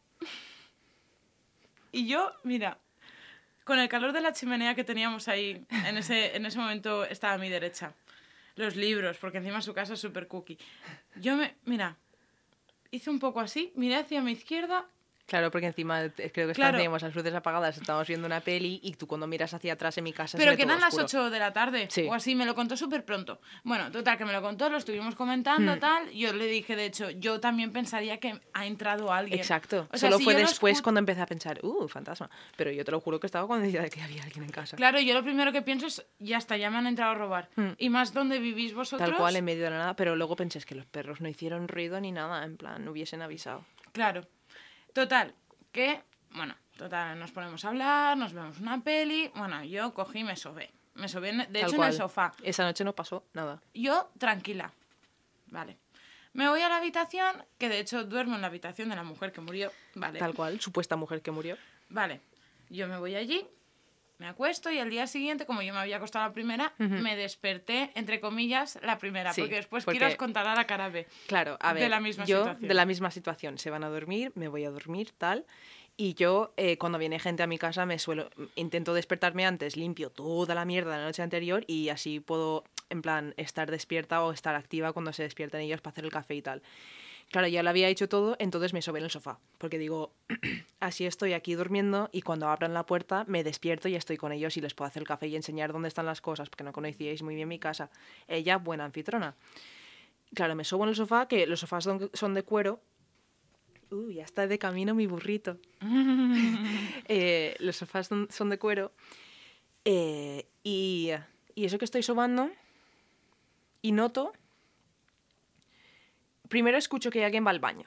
Y yo, mira, con el calor de la chimenea que teníamos ahí, en ese momento estaba a mi derecha. Los libros, porque encima su casa es súper cookie. Mira, hice un poco así, miré hacia mi izquierda
Claro, porque encima creo que
Claro.
teníamos las luces apagadas, estábamos viendo una peli y tú cuando miras hacia atrás en mi casa
Pero
se ve
que
todo
eran las
oscuro.
8 de la tarde
Sí.
o así, me lo contó súper pronto. Bueno, total, que me lo contó, lo estuvimos comentando, tal. Yo le dije, de hecho, yo también pensaría que ha entrado alguien.
Exacto.
O sea,
Solo
si
fue
yo lo
después
escu-
cuando empecé a pensar, fantasma. Pero yo te lo juro que estaba convencida de que había alguien en casa.
Claro, yo lo primero que pienso es, ya está, ya me han entrado a robar. Y más donde vivís vosotros.
Tal cual, en medio de la nada. Pero luego pensé es que los perros no hicieron ruido ni nada. En plan, no hubiesen avisado.
Claro. Total, nos ponemos a hablar, nos vemos una peli. Bueno, yo cogí y me sobé. Me sobé, de
Tal
hecho, en
cual.
el sofá.
Esa noche no pasó nada.
Yo, tranquila. Vale. Me voy a la habitación, que de hecho duermo en la habitación de la mujer que murió. Vale.
Tal cual, supuesta mujer que murió.
Vale. Yo me voy allí, me acuesto y al día siguiente, como yo me había acostado la primera, me desperté, entre comillas, la primera.
Sí,
porque después
porque-
quiero os contará la cara B.
Claro, a ver,
De la misma
yo
situación.
de la misma situación. Se van a dormir, me voy a dormir, tal. Y yo, cuando viene gente a mi casa, intento despertarme antes, limpio toda la mierda de la noche anterior y así puedo, en plan, estar despierta o estar activa cuando se despiertan ellos para hacer el café y tal. Claro, ya lo había hecho todo, entonces me sobé en el sofá, porque digo, así estoy aquí durmiendo y cuando abran la puerta me despierto y estoy con ellos y les puedo hacer el café y enseñar dónde están las cosas, porque no conocíais muy bien mi casa. Ella, buena anfitrona. Claro, me sobo en el sofá, que los sofás son de cuero. Ya está de camino mi burrito. Los sofás son de cuero. Y eso que estoy sobando y noto... Primero escucho que alguien va al baño.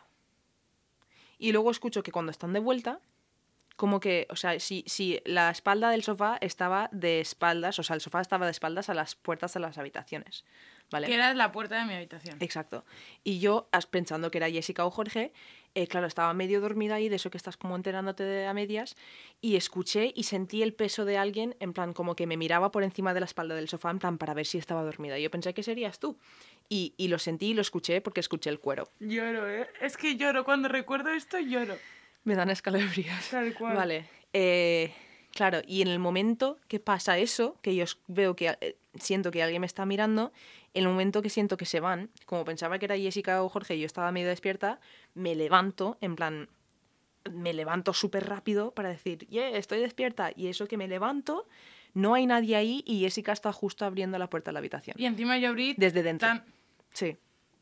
Y luego escucho que cuando están de vuelta, como que, o sea, si la espalda del sofá estaba de espaldas, o sea, el sofá estaba de espaldas a las puertas de las habitaciones, ¿vale?
Que era la puerta de mi habitación.
Exacto. Y yo, pensando que era Jessica o Jorge, claro, estaba medio dormida ahí, de eso que estás como enterándote a medias, y escuché y sentí el peso de alguien, en plan, como que me miraba por encima de la espalda del sofá, en plan, para ver si estaba dormida. Y yo pensé que serías tú. Y lo sentí y lo escuché porque escuché el cuero.
Lloro, ¿eh? Es que lloro. Cuando recuerdo esto, lloro.
Me dan escalofríos.
Tal cual.
Vale. Claro, y en el momento que pasa eso, que yo veo que siento que alguien me está mirando, en el momento que siento que se van, como pensaba que era Jessica o Jorge y yo estaba medio despierta, me levanto, en plan, me levanto súper rápido para decir, estoy despierta. Y eso que me levanto, no hay nadie ahí y Jessica está justo abriendo la puerta de la habitación.
Y encima yo abrí...
Desde dentro. Sí.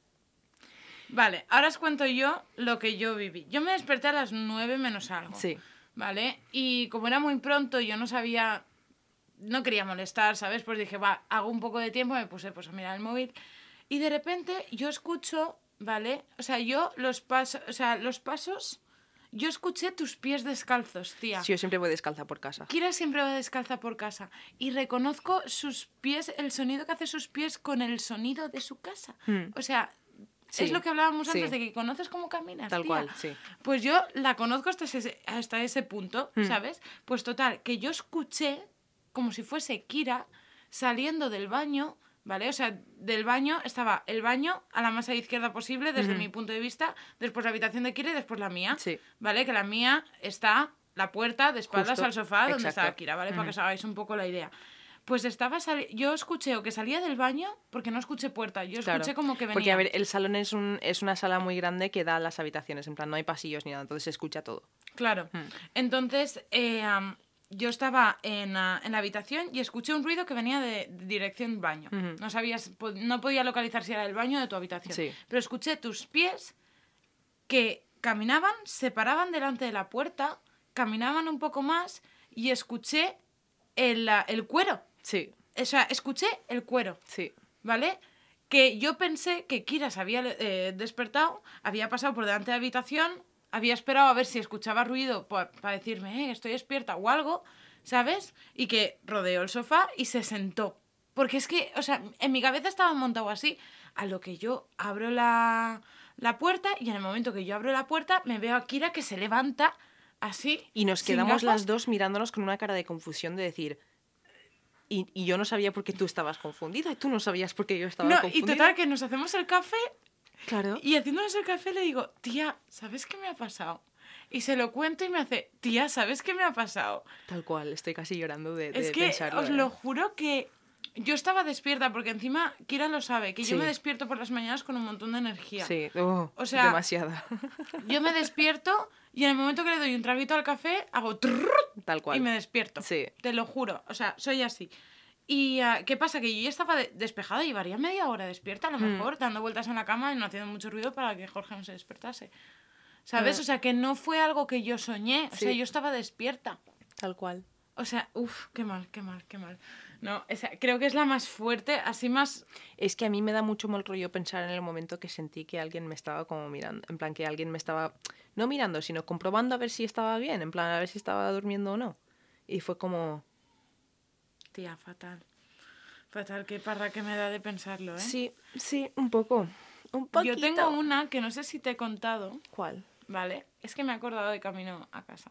Vale, ahora os cuento yo lo que yo viví. Yo me desperté a las 9 menos algo.
Sí.
¿Vale? Y como era muy pronto, yo no sabía... No quería molestar, ¿sabes? Pues dije, va, hago un poco de tiempo, me puse pues a mirar el móvil. Y de repente yo escucho, ¿vale? O sea, los pasos... Yo escuché tus pies descalzos, tía.
Sí, yo siempre voy descalza por casa.
Kira siempre va descalza por casa. Y reconozco sus pies, el sonido que hace sus pies con el sonido de su casa. O sea...
Sí,
es lo que hablábamos
sí.
antes, de que conoces cómo caminas,
Tal
tía.
cual, sí.
Pues yo la conozco hasta ese punto, ¿sabes? Pues total, que yo escuché como si fuese Kira saliendo del baño, ¿vale? O sea, del baño estaba el baño a la más a la izquierda posible desde mi punto de vista, después la habitación de Kira y después la mía,
Sí.
¿vale? Que la mía está la puerta de espaldas
Justo,
al sofá donde
exacto.
estaba Kira, ¿vale? Para que os hagáis un poco la idea. Pues yo escuché o que salía del baño porque no escuché puerta, yo escuché
Claro,
como que venía.
porque, a ver, el salón es una sala muy grande que da a las habitaciones, en plan, no hay pasillos ni nada, entonces se escucha todo.
Claro. Entonces, yo estaba en la habitación y escuché un ruido que venía de dirección baño. No podía localizar si era el baño o de tu habitación.
Sí.
Pero escuché tus pies que caminaban, se paraban delante de la puerta, caminaban un poco más y escuché el cuero.
Sí,
O sea, escuché el cuero,
sí.
¿vale? Que yo pensé que Kira se había despertado, había pasado por delante de la habitación, había esperado a ver si escuchaba ruido para decirme, estoy despierta o algo, ¿sabes? Y que rodeó el sofá y se sentó. Porque es que, o sea, en mi cabeza estaba montado así, a lo que yo abro la puerta y en el momento que yo abro la puerta me veo a Kira que se levanta así.
Y nos
sin
quedamos
gafas.
las dos mirándonos con una cara de confusión de decir... Y yo no sabía por qué tú estabas confundida y tú no sabías por qué yo estaba
No,
confundida.
y total, que nos hacemos el café
Claro.
y haciéndonos el café le digo, tía, ¿sabes qué me ha pasado? Y se lo cuento y me hace, tía, ¿sabes qué me ha pasado?
Tal cual, estoy casi llorando de
Es que
pensarlo.
os lo juro que Yo estaba despierta porque encima Kira lo sabe, que yo
Sí.
me despierto por las mañanas con un montón de energía.
Sí,
O sea,
demasiada.
Yo me despierto y en el momento que le doy un traguito al café hago trrrr
Tal cual.
y me despierto.
Sí.
Te lo juro. O sea, soy así. Y ¿qué pasa? Que yo ya estaba despejada, llevaría media hora despierta a lo mejor, dando vueltas en la cama y no haciendo mucho ruido para que Jorge no se despertase. ¿Sabes? O sea, que no fue algo que yo soñé. O sea,
Sí.
yo estaba despierta.
Tal cual.
O sea, uff, qué mal, qué mal, qué mal. No, creo que es la más fuerte, así más...
Es que a mí me da mucho mal rollo pensar en el momento que sentí que alguien me estaba como mirando. En plan, que alguien me estaba, no mirando, sino comprobando a ver si estaba bien. En plan, a ver si estaba durmiendo o no. Y fue como...
Tía, fatal. Fatal, qué parra que me da de pensarlo, ¿eh?
Sí, sí, un poco. Un poquito.
Yo tengo una que no sé si te he contado,
¿Cuál?
¿vale? Es que me he acordado de camino a casa.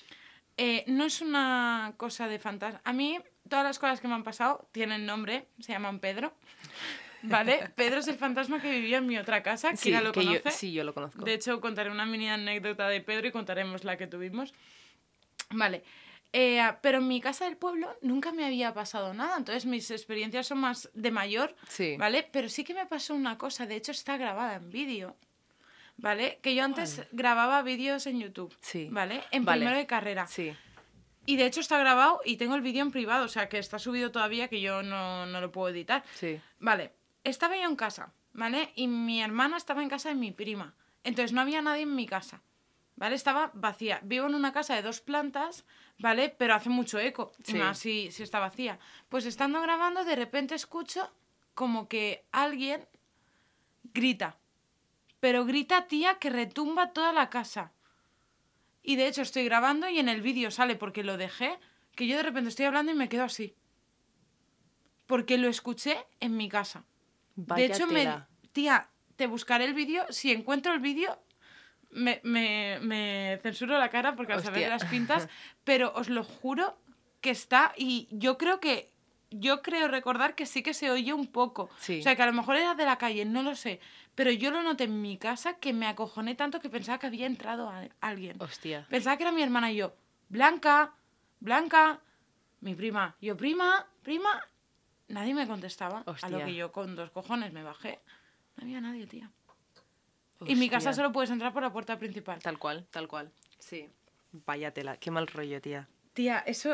No es una cosa de fantasma. A mí, todas las cosas que me han pasado tienen nombre, se llaman Pedro, ¿vale? Pedro es el fantasma que vivía en mi otra casa,
Sí,
Kira lo
que
conoce.
sí, yo lo conozco.
De hecho, contaré una mini anécdota de Pedro y contaremos la que tuvimos. Vale. Pero en mi casa del pueblo nunca me había pasado nada, entonces mis experiencias son más de mayor,
Sí.
¿vale? Pero sí que me pasó una cosa, de hecho está grabada en vídeo, ¿vale? Que yo antes grababa vídeos en YouTube,
Sí.
¿vale? En
Vale.
primero de carrera.
Sí.
Y de hecho está grabado y tengo el vídeo en privado, o sea que está subido todavía, que yo no lo puedo editar.
Sí.
Vale, estaba yo en casa, ¿vale? Y mi hermana estaba en casa de mi prima. Entonces no había nadie en mi casa, ¿vale? Estaba vacía. Vivo en una casa de 2 plantas, ¿vale? Pero hace mucho eco, y
Sí.
más si está vacía. Pues estando grabando, de repente escucho como que alguien grita. Pero grita, tía, que retumba toda la casa. Y de hecho estoy grabando y en el vídeo sale, porque lo dejé, que yo de repente estoy hablando y me quedo así. Porque lo escuché en mi casa.
Vaya
de hecho,
tela.
tía, te buscaré el vídeo. Si encuentro el vídeo, me censuro la cara porque al saber
Hostia.
las pintas, pero os lo juro que está. Y yo creo recordar que sí que se oye un poco.
Sí.
O sea, que a lo mejor era de la calle, no lo sé. Pero yo lo noté en mi casa, que me acojoné tanto que pensaba que había entrado alguien.
Hostia.
Pensaba que era mi hermana y yo, Blanca, Blanca, mi prima. Yo, prima, prima. Nadie me contestaba.
Hostia.
A lo que yo con 2 cojones me bajé. No había nadie, tía. Y en mi casa
Hostia.
solo puedes entrar por la puerta principal.
Tal cual, tal cual. Sí. Vaya tela. Qué mal rollo, tía.
Tía, eso...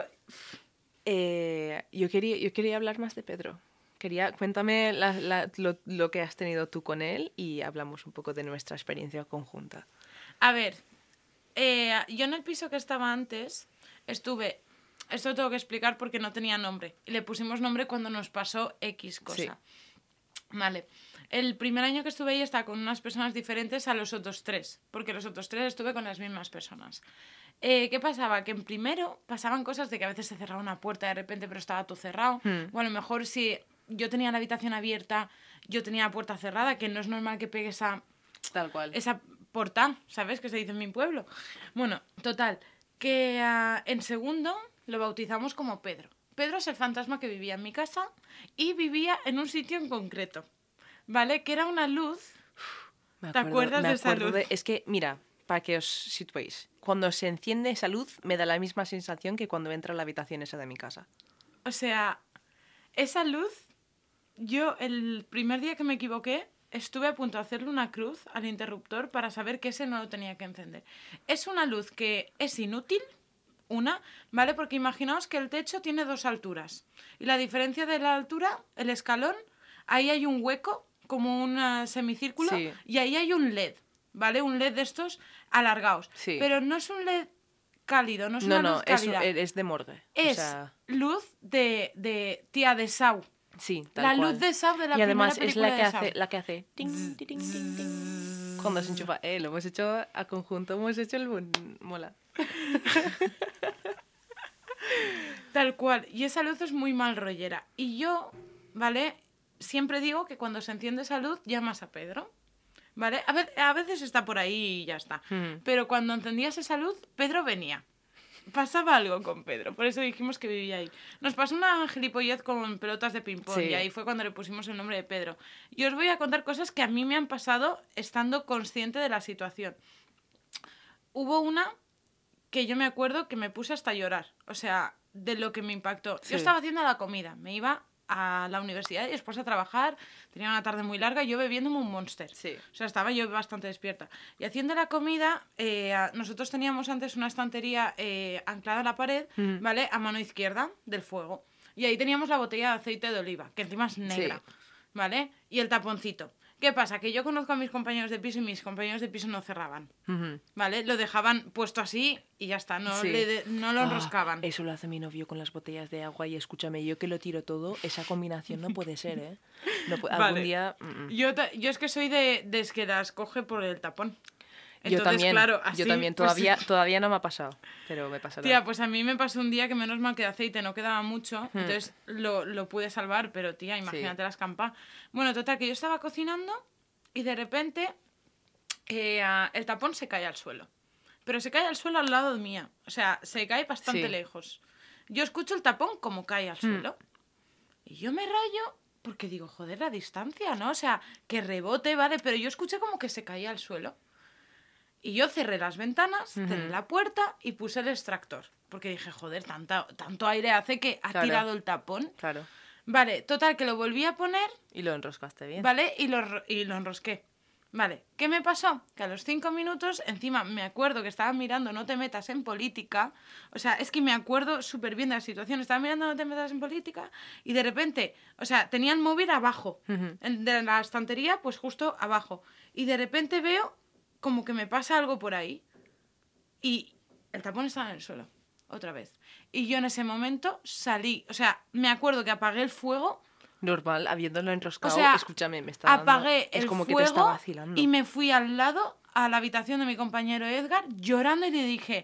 Yo quería hablar más de Pedro. Cuéntame lo que has tenido tú con él y hablamos un poco de nuestra experiencia conjunta.
A ver, yo en el piso que estaba antes estuve... Esto lo tengo que explicar porque no tenía nombre. Y le pusimos nombre cuando nos pasó X cosa.
Sí.
Vale. El primer año que estuve ahí estaba con unas personas diferentes a los otros 3. Porque los otros 3 estuve con las mismas personas. ¿Qué pasaba? Que en primero pasaban cosas de que a veces se cerraba una puerta de repente pero estaba todo cerrado. O a lo mejor si yo tenía la habitación abierta, yo tenía la puerta cerrada, que no es normal que pegue
Tal cual.
esa portal, ¿sabes? Que se dice en mi pueblo. Bueno, total, que en segundo lo bautizamos como Pedro. Pedro es el fantasma que vivía en mi casa y vivía en un sitio en concreto, ¿vale? Que era una luz. ¿Te acuerdas de esa luz?
Es que, mira, para que os situéis, cuando se enciende esa luz me da la misma sensación que cuando entra a la habitación esa de mi casa.
O sea, esa luz, yo el primer día que me equivoqué, estuve a punto de hacerle una cruz al interruptor para saber que ese no lo tenía que encender. Es una luz que es inútil, ¿vale? Porque imaginaos que el techo tiene 2 alturas. Y la diferencia de la altura, el escalón, ahí hay un hueco, como un semicírculo,
Sí.
y ahí hay un LED, ¿vale? Un LED de estos alargados.
Sí.
Pero no es un LED cálido, no es
No,
una
no,
luz cálida.
es de morgue.
Es
O sea,
luz tía de Saw.
sí, tal
La
cual.
luz de Saw de la
Y además
primera
es
película
la que
de Saw.
hace, ting, ting, ting, ting, ting. Cuando se enchufa. Lo hemos hecho a conjunto, hemos hecho mola.
Tal cual. Y esa luz es muy mal rollera. Y yo, ¿vale? Siempre digo que cuando se enciende esa luz, llamas a Pedro. ¿Vale? A veces está por ahí y ya está. Pero cuando encendías esa luz, Pedro venía. Pasaba algo con Pedro, por eso dijimos que vivía ahí. Nos pasó una gilipollez con pelotas de ping-pong,
Sí.
y ahí fue cuando le pusimos el nombre de Pedro. Y os voy a contar cosas que a mí me han pasado estando consciente de la situación. Hubo una que yo me acuerdo que me puse hasta a llorar, o sea, de lo que me impactó.
Sí.
Yo estaba haciendo la comida, me iba a la universidad y después a trabajar. Tenía una tarde muy larga y yo bebiéndome un Monster.
Sí.
O sea, estaba yo bastante despierta. Y haciendo la comida, nosotros teníamos antes una estantería anclada a la pared, ¿vale? A mano izquierda del fuego. Y ahí teníamos la botella de aceite de oliva, que encima es negra,
Sí.
¿vale? Y el taponcito. ¿Qué pasa? Que yo conozco a mis compañeros de piso y mis compañeros de piso no cerraban,
Ujú.
¿vale? Lo dejaban puesto así y ya está, no,
Sí.
no lo enroscaban.
Eso lo hace mi novio con las botellas de agua y escúchame, yo que lo tiro todo, esa combinación no puede ser, ¿eh? No
Vale.
algún día...
Yo es que soy de que las coge por el tapón.
Yo
Entonces,
también,
claro, así,
yo también.
pues,
Todavía no me ha pasado, pero me pasará.
Tía, pues a mí me pasó un día que menos mal que de aceite no quedaba mucho, entonces lo pude salvar, pero tía, imagínate las campas. Bueno, total, que yo estaba cocinando y de repente el tapón se cae al suelo. Pero se cae al suelo al lado mía, o sea, se cae bastante
Sí.
lejos. Yo escucho el tapón como cae al suelo y yo me rayo porque digo, joder, la distancia, ¿no? O sea, que rebote, vale, pero yo escuché como que se caía al suelo. Y yo cerré las ventanas, cerré la puerta y puse el extractor. Porque dije, joder, tanto aire hace que ha
Claro.
tirado el tapón.
Claro.
Vale, total, que lo volví a poner,
Y lo enroscaste bien.
¿vale? Y lo enrosqué. Vale, ¿qué me pasó? Que a los 5 minutos, encima me acuerdo que estaba mirando No te metas en política. O sea, es que me acuerdo súper bien de la situación. Estaba mirando No te metas en política y de repente, o sea, tenía el móvil abajo. De la estantería, pues justo abajo. Y de repente veo como que me pasa algo por ahí. Y el tapón estaba en el suelo, otra vez. Y yo en ese momento salí. O sea, me acuerdo que apagué el fuego.
Normal, habiéndolo
O
enroscado,
sea,
escúchame, me está dando...
apagué
Es
el
como que te está
fuego
vacilando.
y me fui al lado a la habitación de mi compañero Edgar llorando y le dije,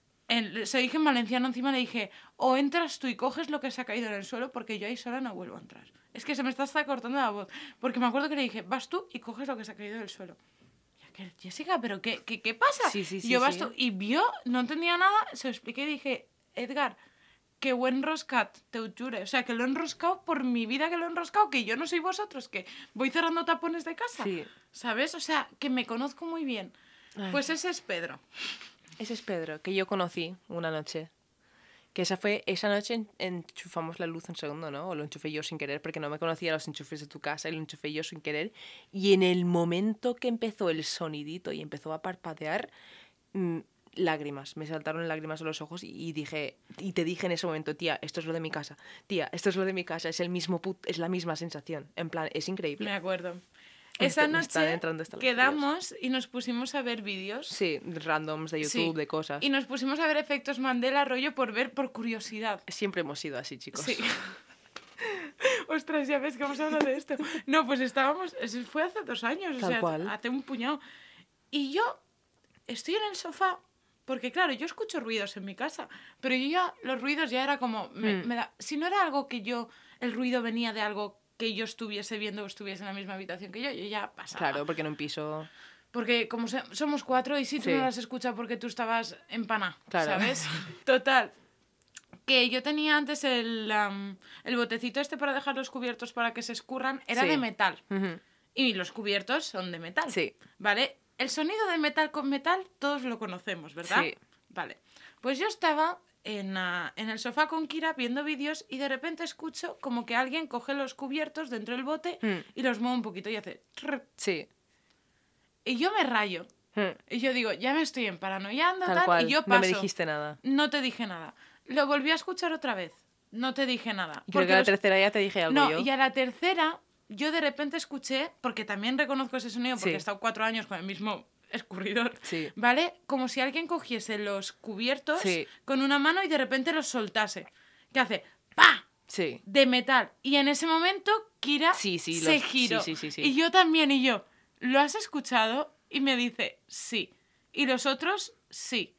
se dije en valenciano encima, le dije, o entras tú y coges lo que se ha caído en el suelo porque yo ahí sola no vuelvo a entrar. Es que se me está hasta cortando la voz. Porque me acuerdo que le dije, vas tú y coges lo que se ha caído del suelo. Jessica, ¿pero qué pasa?
Sí, sí,
Y
sí,
yo, vas
sí.
tú, y vio, no entendía nada, se lo expliqué y dije, Edgar, que ho he enroscat, te ho jure. O sea, que lo he enroscado por mi vida que lo he enroscado, que yo no soy vosotros, que voy cerrando tapones de casa.
Sí.
¿Sabes? O sea, que me conozco muy bien.
Ay.
Pues ese es Pedro.
Ese es Pedro, que yo conocí una noche. Que esa noche enchufamos la luz un segundo, ¿no? O lo enchufé yo sin querer, porque no me conocía los enchufes de tu casa y lo enchufé yo sin querer. Y en el momento que empezó el sonidito y empezó a parpadear, lágrimas, me saltaron lágrimas a los ojos y dije, y te dije en ese momento, tía, esto es lo de mi casa, tía, esto es lo de mi casa, es el mismo es la misma sensación, en plan, es increíble.
Me acuerdo.
Me
Esa
están
noche
entrando estas
quedamos y nos pusimos a ver vídeos.
Sí, randoms de YouTube,
Sí.
de cosas.
Y nos pusimos a ver efectos Mandela rollo por ver, por curiosidad.
Siempre hemos sido así, chicos.
Sí. Ostras, ya ves que vamos a hablar de esto. No, pues estábamos... Eso fue hace 2 años,
Tal
o sea,
cual.
hace un puñado. Y yo estoy en el sofá, porque claro, yo escucho ruidos en mi casa, pero yo ya, los ruidos ya era como... si no era algo que yo... El ruido venía de algo que yo estuviese viendo o estuviese en la misma habitación que yo ya pasaba.
Claro, porque en un piso...
Porque como somos 4 y si tú
Sí.
no las escuchas porque tú estabas en pana,
Claro.
¿sabes? Total. Que yo tenía antes el botecito este para dejar los cubiertos para que se escurran, era
Sí.
de metal.
Ujú.
Y los cubiertos son de metal.
Sí.
¿Vale? El sonido de metal con metal todos lo conocemos, ¿verdad?
Sí.
Vale. Pues yo estaba en el sofá con Kira viendo vídeos y de repente escucho como que alguien coge los cubiertos dentro del bote y los mueve un poquito y hace... trrr.
Sí.
Y yo me rayo. Y yo digo, ya me estoy emparanoiando,
Tal
tal,
cual.
y yo paso.
No me dijiste nada.
No te dije nada. Lo volví a escuchar otra vez. No te dije nada.
Creo que a la tercera ya te dije algo
No,
yo.
y a la tercera yo de repente escuché, porque también reconozco ese sonido, porque
Sí.
he estado 4 años con el mismo escurridor,
Sí.
¿vale? Como si alguien cogiese los cubiertos
Sí.
con una mano y de repente los soltase. ¿Qué hace? ¡Pah!
Sí.
De metal. Y en ese momento Kira
Sí,
se giró.
sí.
Y yo también, y yo, ¿lo has escuchado? Y me dice, sí. Y los otros, sí.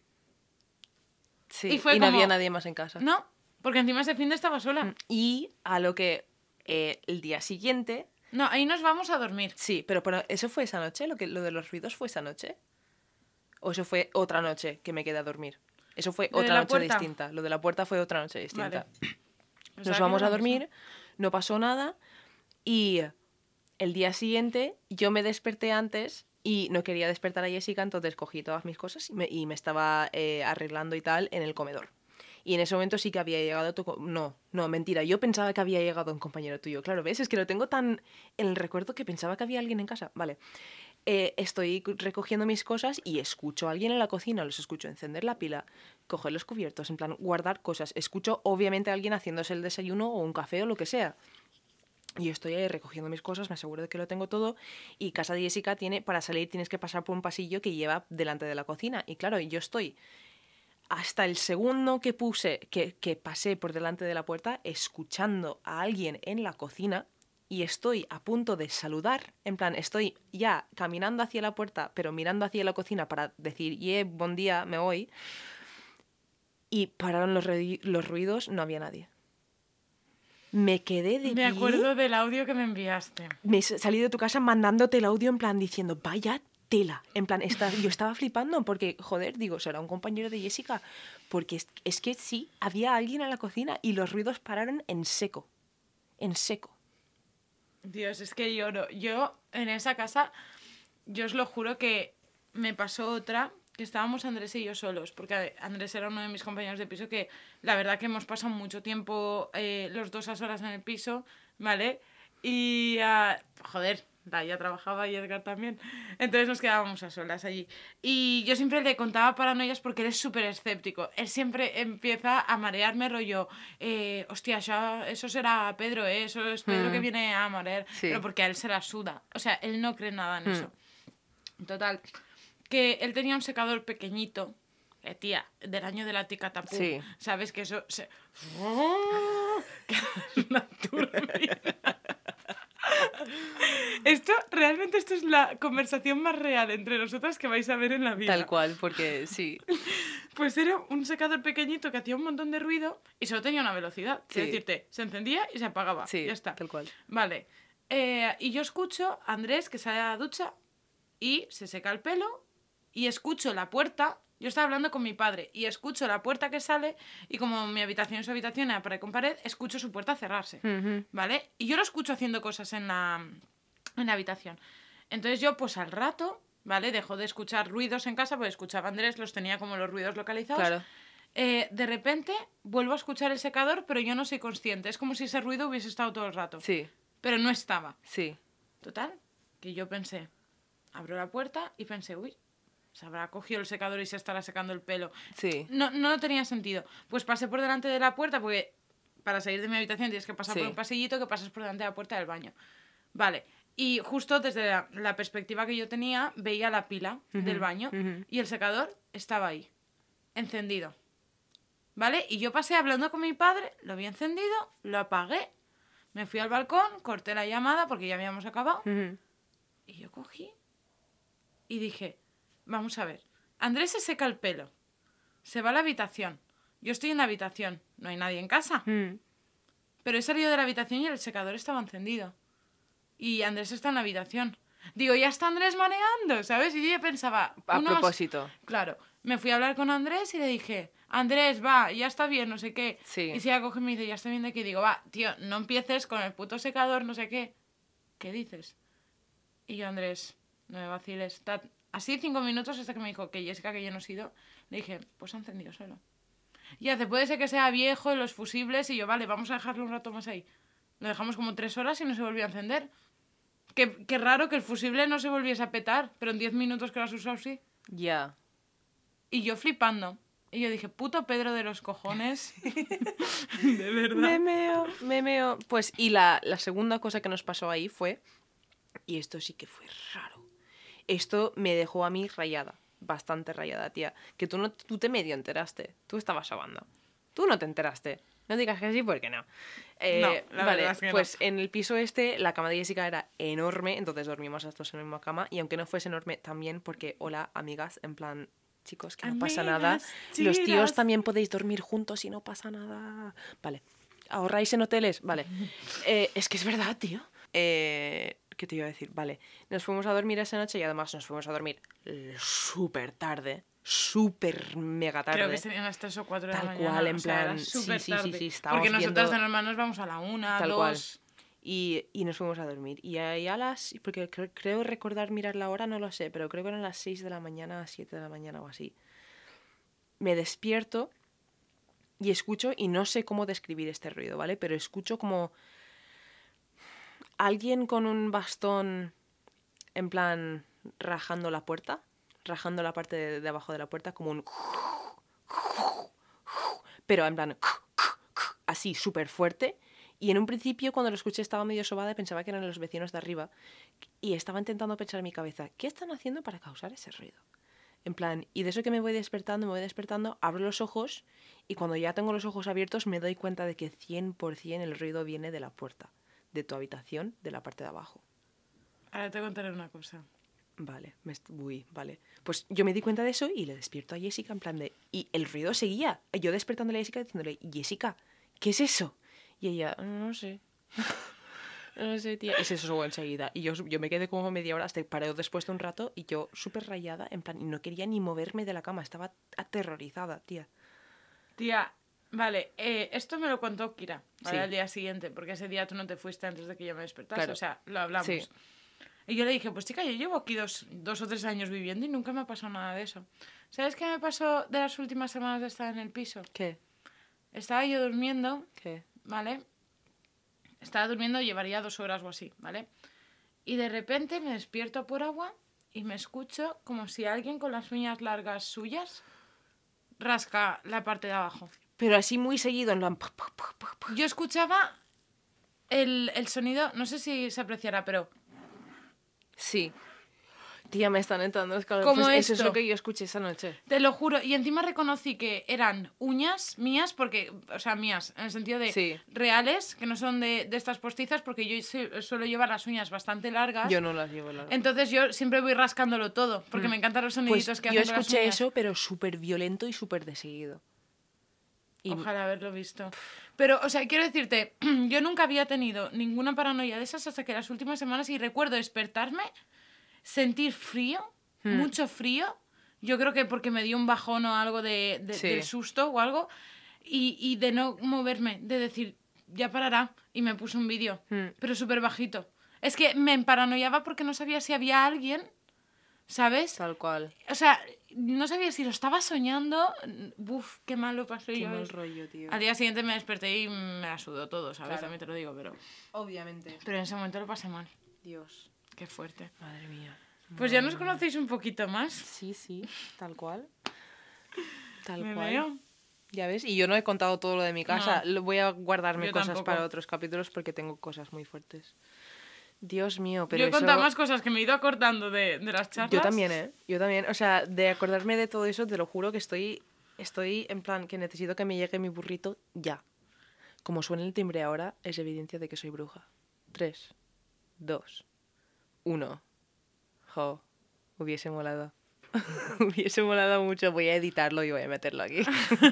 Sí.
Y fue
no
como-
había nadie más en casa.
No, porque encima ese fin de estaba sola.
Y a lo que el día siguiente...
No, ahí nos vamos a dormir.
Sí, pero ¿eso fue esa noche? ¿Lo de los ruidos fue esa noche? ¿O eso fue otra noche que me quedé a dormir? Eso fue
¿Lo de
otra
la
noche
puerta?
distinta. Lo de la puerta fue otra noche distinta.
Vale. O sea,
Nos
que
vamos
era
a
lo mismo.
dormir, no pasó nada y el día siguiente yo me desperté antes y no quería despertar a Jessica, entonces cogí todas mis cosas y me estaba arreglando y tal en el comedor. Y en ese momento sí que había llegado no, mentira, yo pensaba que había llegado un compañero tuyo. Claro, ¿ves? Es que lo tengo tan en el recuerdo que pensaba que había alguien en casa. Vale. Estoy recogiendo mis cosas y escucho a alguien en la cocina, los escucho encender la pila, coger los cubiertos, en plan, guardar cosas. Escucho, obviamente, a alguien haciéndose el desayuno o un café o lo que sea. Y yo estoy ahí recogiendo mis cosas, me aseguro de que lo tengo todo. Y casa de Jessica para salir tienes que pasar por un pasillo que lleva delante de la cocina. Y claro, yo estoy hasta el segundo que pasé por delante de la puerta, escuchando a alguien en la cocina. Y estoy a punto de saludar, en plan, estoy ya caminando hacia la puerta, pero mirando hacia la cocina para decir, buen día, me voy. Y pararon los ruidos, no había nadie. Me quedé de
Me
pie.
acuerdo del audio que me enviaste.
Me salí de tu casa mandándote el audio en plan diciendo, vaya tela. En plan, yo estaba flipando porque, joder, digo, será un compañero de Jessica. Porque es que sí, había alguien en la cocina y los ruidos pararon en seco. En seco.
Dios, es que lloro. Yo en esa casa, yo os lo juro que me pasó otra, que estábamos Andrés y yo solos, porque Andrés era uno de mis compañeros de piso que la verdad que hemos pasado mucho tiempo los dos a solas en el piso, ¿vale? Y, joder, ya trabajaba y Edgar también. Entonces nos quedábamos a solas allí. Y yo siempre le contaba paranoias porque él es súper escéptico. Él siempre empieza a marearme rollo, hostia, eso será Pedro, eso es Pedro que viene a marear.
Sí.
Pero porque a él se la suda. O sea, él no cree nada en eso. Total, que él tenía un secador pequeñito, tía, del año de la tica tapú.
Sí.
¿Sabes? Que eso se... que es una turbina. Realmente esto es la conversación más real entre nosotras que vais a ver en la vida.
Tal cual, porque sí.
Pues era un secador pequeñito que hacía un montón de ruido y solo tenía una velocidad.
Sí.
Es decirte, se encendía y se apagaba.
Sí,
ya está.
tal cual.
Vale. Y yo escucho a Andrés que sale a la ducha y se seca el pelo y escucho la puerta. Yo estaba hablando con mi padre y escucho la puerta que sale y como mi habitación es su habitación era pared con pared, escucho su puerta cerrarse, ¿vale? Y yo lo escucho haciendo cosas en la habitación. Entonces yo, pues al rato, ¿vale? Dejo de escuchar ruidos en casa porque escuchaba a Andrés, los tenía como los ruidos localizados.
Claro.
De repente vuelvo a escuchar el secador, pero yo no soy consciente. Es como si ese ruido hubiese estado todo el rato.
Sí.
Pero no estaba.
Sí.
Total, que yo pensé, abro la puerta y pensé, uy, se habrá cogido el secador y se estará secando el pelo.
Sí.
No tenía sentido. Pues pasé por delante de la puerta porque para salir de mi habitación tienes que pasar por un pasillito que pasas por delante de la puerta del baño. Vale. Y justo desde la perspectiva que yo tenía, veía la pila del baño y el secador estaba ahí, encendido. ¿Vale? Y yo pasé hablando con mi padre, lo vi encendido, lo apagué, me fui al balcón, corté la llamada porque ya habíamos acabado y yo cogí y dije, vamos a ver, Andrés se seca el pelo, se va a la habitación, yo estoy en la habitación, no hay nadie en casa, pero he salido de la habitación y el secador estaba encendido. Y Andrés está en la habitación. Digo, ya está Andrés mareando, ¿sabes? Y yo ya pensaba...
A propósito.
Claro. Me fui a hablar con Andrés y le dije, Andrés, va, ya está bien, no sé qué.
Sí.
Y se coge y me dice, ya está bien de aquí. Digo, va, tío, no empieces con el puto secador, no sé qué. ¿Qué dices? Y yo, Andrés, no me vaciles. Así 5 minutos hasta que me dijo que Jessica, que yo no he sido. Le dije, pues ha encendido solo. Y hace, puede ser que sea viejo, los fusibles. Y yo, vale, vamos a dejarlo un rato más ahí. Lo dejamos como 3 horas y no se volvió a encender. Qué raro que el fusible no se volviese a petar, pero en 10 minutos que lo has usado sí.
Ya.
Y yo flipando. Y yo dije, puto Pedro de los cojones. De verdad.
Me meo. Pues, y la segunda cosa que nos pasó ahí fue, y esto sí que fue raro, esto me dejó a mí rayada, bastante rayada, tía, que tú te medio enteraste, tú estabas hablando, tú no te enteraste. No digas que sí porque no.
La
vale,
verdad es que
pues en el piso la cama de Jessica era enorme, entonces dormimos las dos en la misma cama, y aunque no fuese enorme también porque, hola, amigas, en plan, chicos, que no pasa nada.
Chiras.
Los tíos también podéis dormir juntos y no pasa nada. Vale. ¿Ahorráis en hoteles? Vale. Es que es verdad, tío. ¿Qué te iba a decir? Vale. Nos fuimos a dormir esa noche y además nos fuimos a dormir súper tarde. Súper mega tarde.
Creo que serían las 3 o 4 de la mañana.
Tal cual, en
o sea,
plan,
era súper tarde.
sí,
porque nosotras de normal nos vamos a la 1,
tal
2...
Cual. Y nos fuimos a dormir. Y ahí porque creo recordar mirar la hora, no lo sé, pero creo que eran las 6 de la mañana, 7 de la mañana o así. Me despierto y escucho, y no sé cómo describir este ruido, ¿vale? Pero escucho como alguien con un bastón, en plan, rajando la puerta, rajando la parte de abajo de la puerta, como un... Pero en plan, así, súper fuerte. Y en un principio, cuando lo escuché, estaba medio sobada y pensaba que eran los vecinos de arriba. Y estaba intentando pensar en mi cabeza, ¿qué están haciendo para causar ese ruido? En plan, y de eso que me voy despertando, abro los ojos y cuando ya tengo los ojos abiertos me doy cuenta de que 100% el ruido viene de la puerta, de tu habitación, de la parte de abajo.
Ahora te contaré una cosa.
Vale, vale. Pues yo me di cuenta de eso y le despierto a Jessica en plan de... Y el ruido seguía. Yo despertándole a Jessica diciéndole, Jessica, ¿qué es eso? Y ella, no sé. No sé, tía. Y se sosegó enseguida. Y yo me quedé como media hora, hasta paré después de un rato y yo súper rayada, en plan, y no quería ni moverme de la cama. Estaba aterrorizada, tía.
Tía, vale, esto me lo contó Kira, ¿vale?
Sí.
Al día siguiente, porque ese día tú no te fuiste antes de que yo me despertase,
Claro.
o sea, lo hablamos.
Sí.
Y yo le dije, pues chica, yo llevo aquí dos o 3 años viviendo y nunca me ha pasado nada de eso. ¿Sabes qué me pasó de las últimas semanas de estar en el piso?
¿Qué?
Estaba yo durmiendo,
¿Qué?
¿vale? Estaba durmiendo, llevaría 2 horas o así, ¿vale? Y de repente me despierto por agua y me escucho como si alguien con las uñas largas suyas rasca la parte de abajo.
Pero así muy seguido, en plan...
Yo escuchaba el sonido, no sé si se apreciará, pero
Sí. Tía, me están entrando los calores.
como
Pues
esto.
eso es lo que yo escuché esa noche.
Te lo juro. Y encima reconocí que eran uñas mías, porque, o sea, mías, en el sentido de
Sí.
reales, que no son de estas postizas, porque yo suelo llevar las uñas bastante largas.
Yo no las llevo largas.
Entonces yo siempre voy rascándolo todo, porque me encantan los soniditos
Pues
que
yo
hacen con las
escuché
uñas.
eso, pero súper violento y súper de seguido. Y...
Ojalá haberlo visto. Pero, o sea, quiero decirte, yo nunca había tenido ninguna paranoia de esas hasta que las últimas semanas, y recuerdo despertarme, sentir frío, mucho frío. Yo creo que porque me dio un bajón o algo
Sí.
del susto o algo. Y de no moverme, de decir, ya parará. Y me puse un vídeo, pero súper bajito. Es que me paranoiaba porque no sabía si había alguien, ¿sabes?
Tal cual.
O sea, no sabía si lo estaba soñando. Buf, qué mal lo pasé
Qué
yo.
mal rollo, tío.
Al día siguiente me desperté y me la sudó todo, ¿sabes?
Claro.
También te lo digo, pero...
Obviamente.
Pero en ese momento lo pasé mal.
Dios.
Qué fuerte.
Madre mía.
Pues ya nos conocéis un poquito más.
Sí, sí. Tal cual. Tal
Me
cual.
veo.
Ya ves, y yo no he contado todo lo de mi casa. Voy a guardarme
Yo
cosas
tampoco.
para otros capítulos porque tengo cosas muy fuertes. Dios mío, pero
Yo he
eso...
contado más cosas que me he ido acortando de las charlas.
Yo también, ¿eh? Yo también. O sea, de acordarme de todo eso, te lo juro que estoy en plan que necesito que me llegue mi burrito ya. Como suena el timbre ahora, es evidencia de que soy bruja. 3, 2, 1. Jo, hubiese molado. Hubiese molado mucho. Voy a editarlo y voy a meterlo aquí.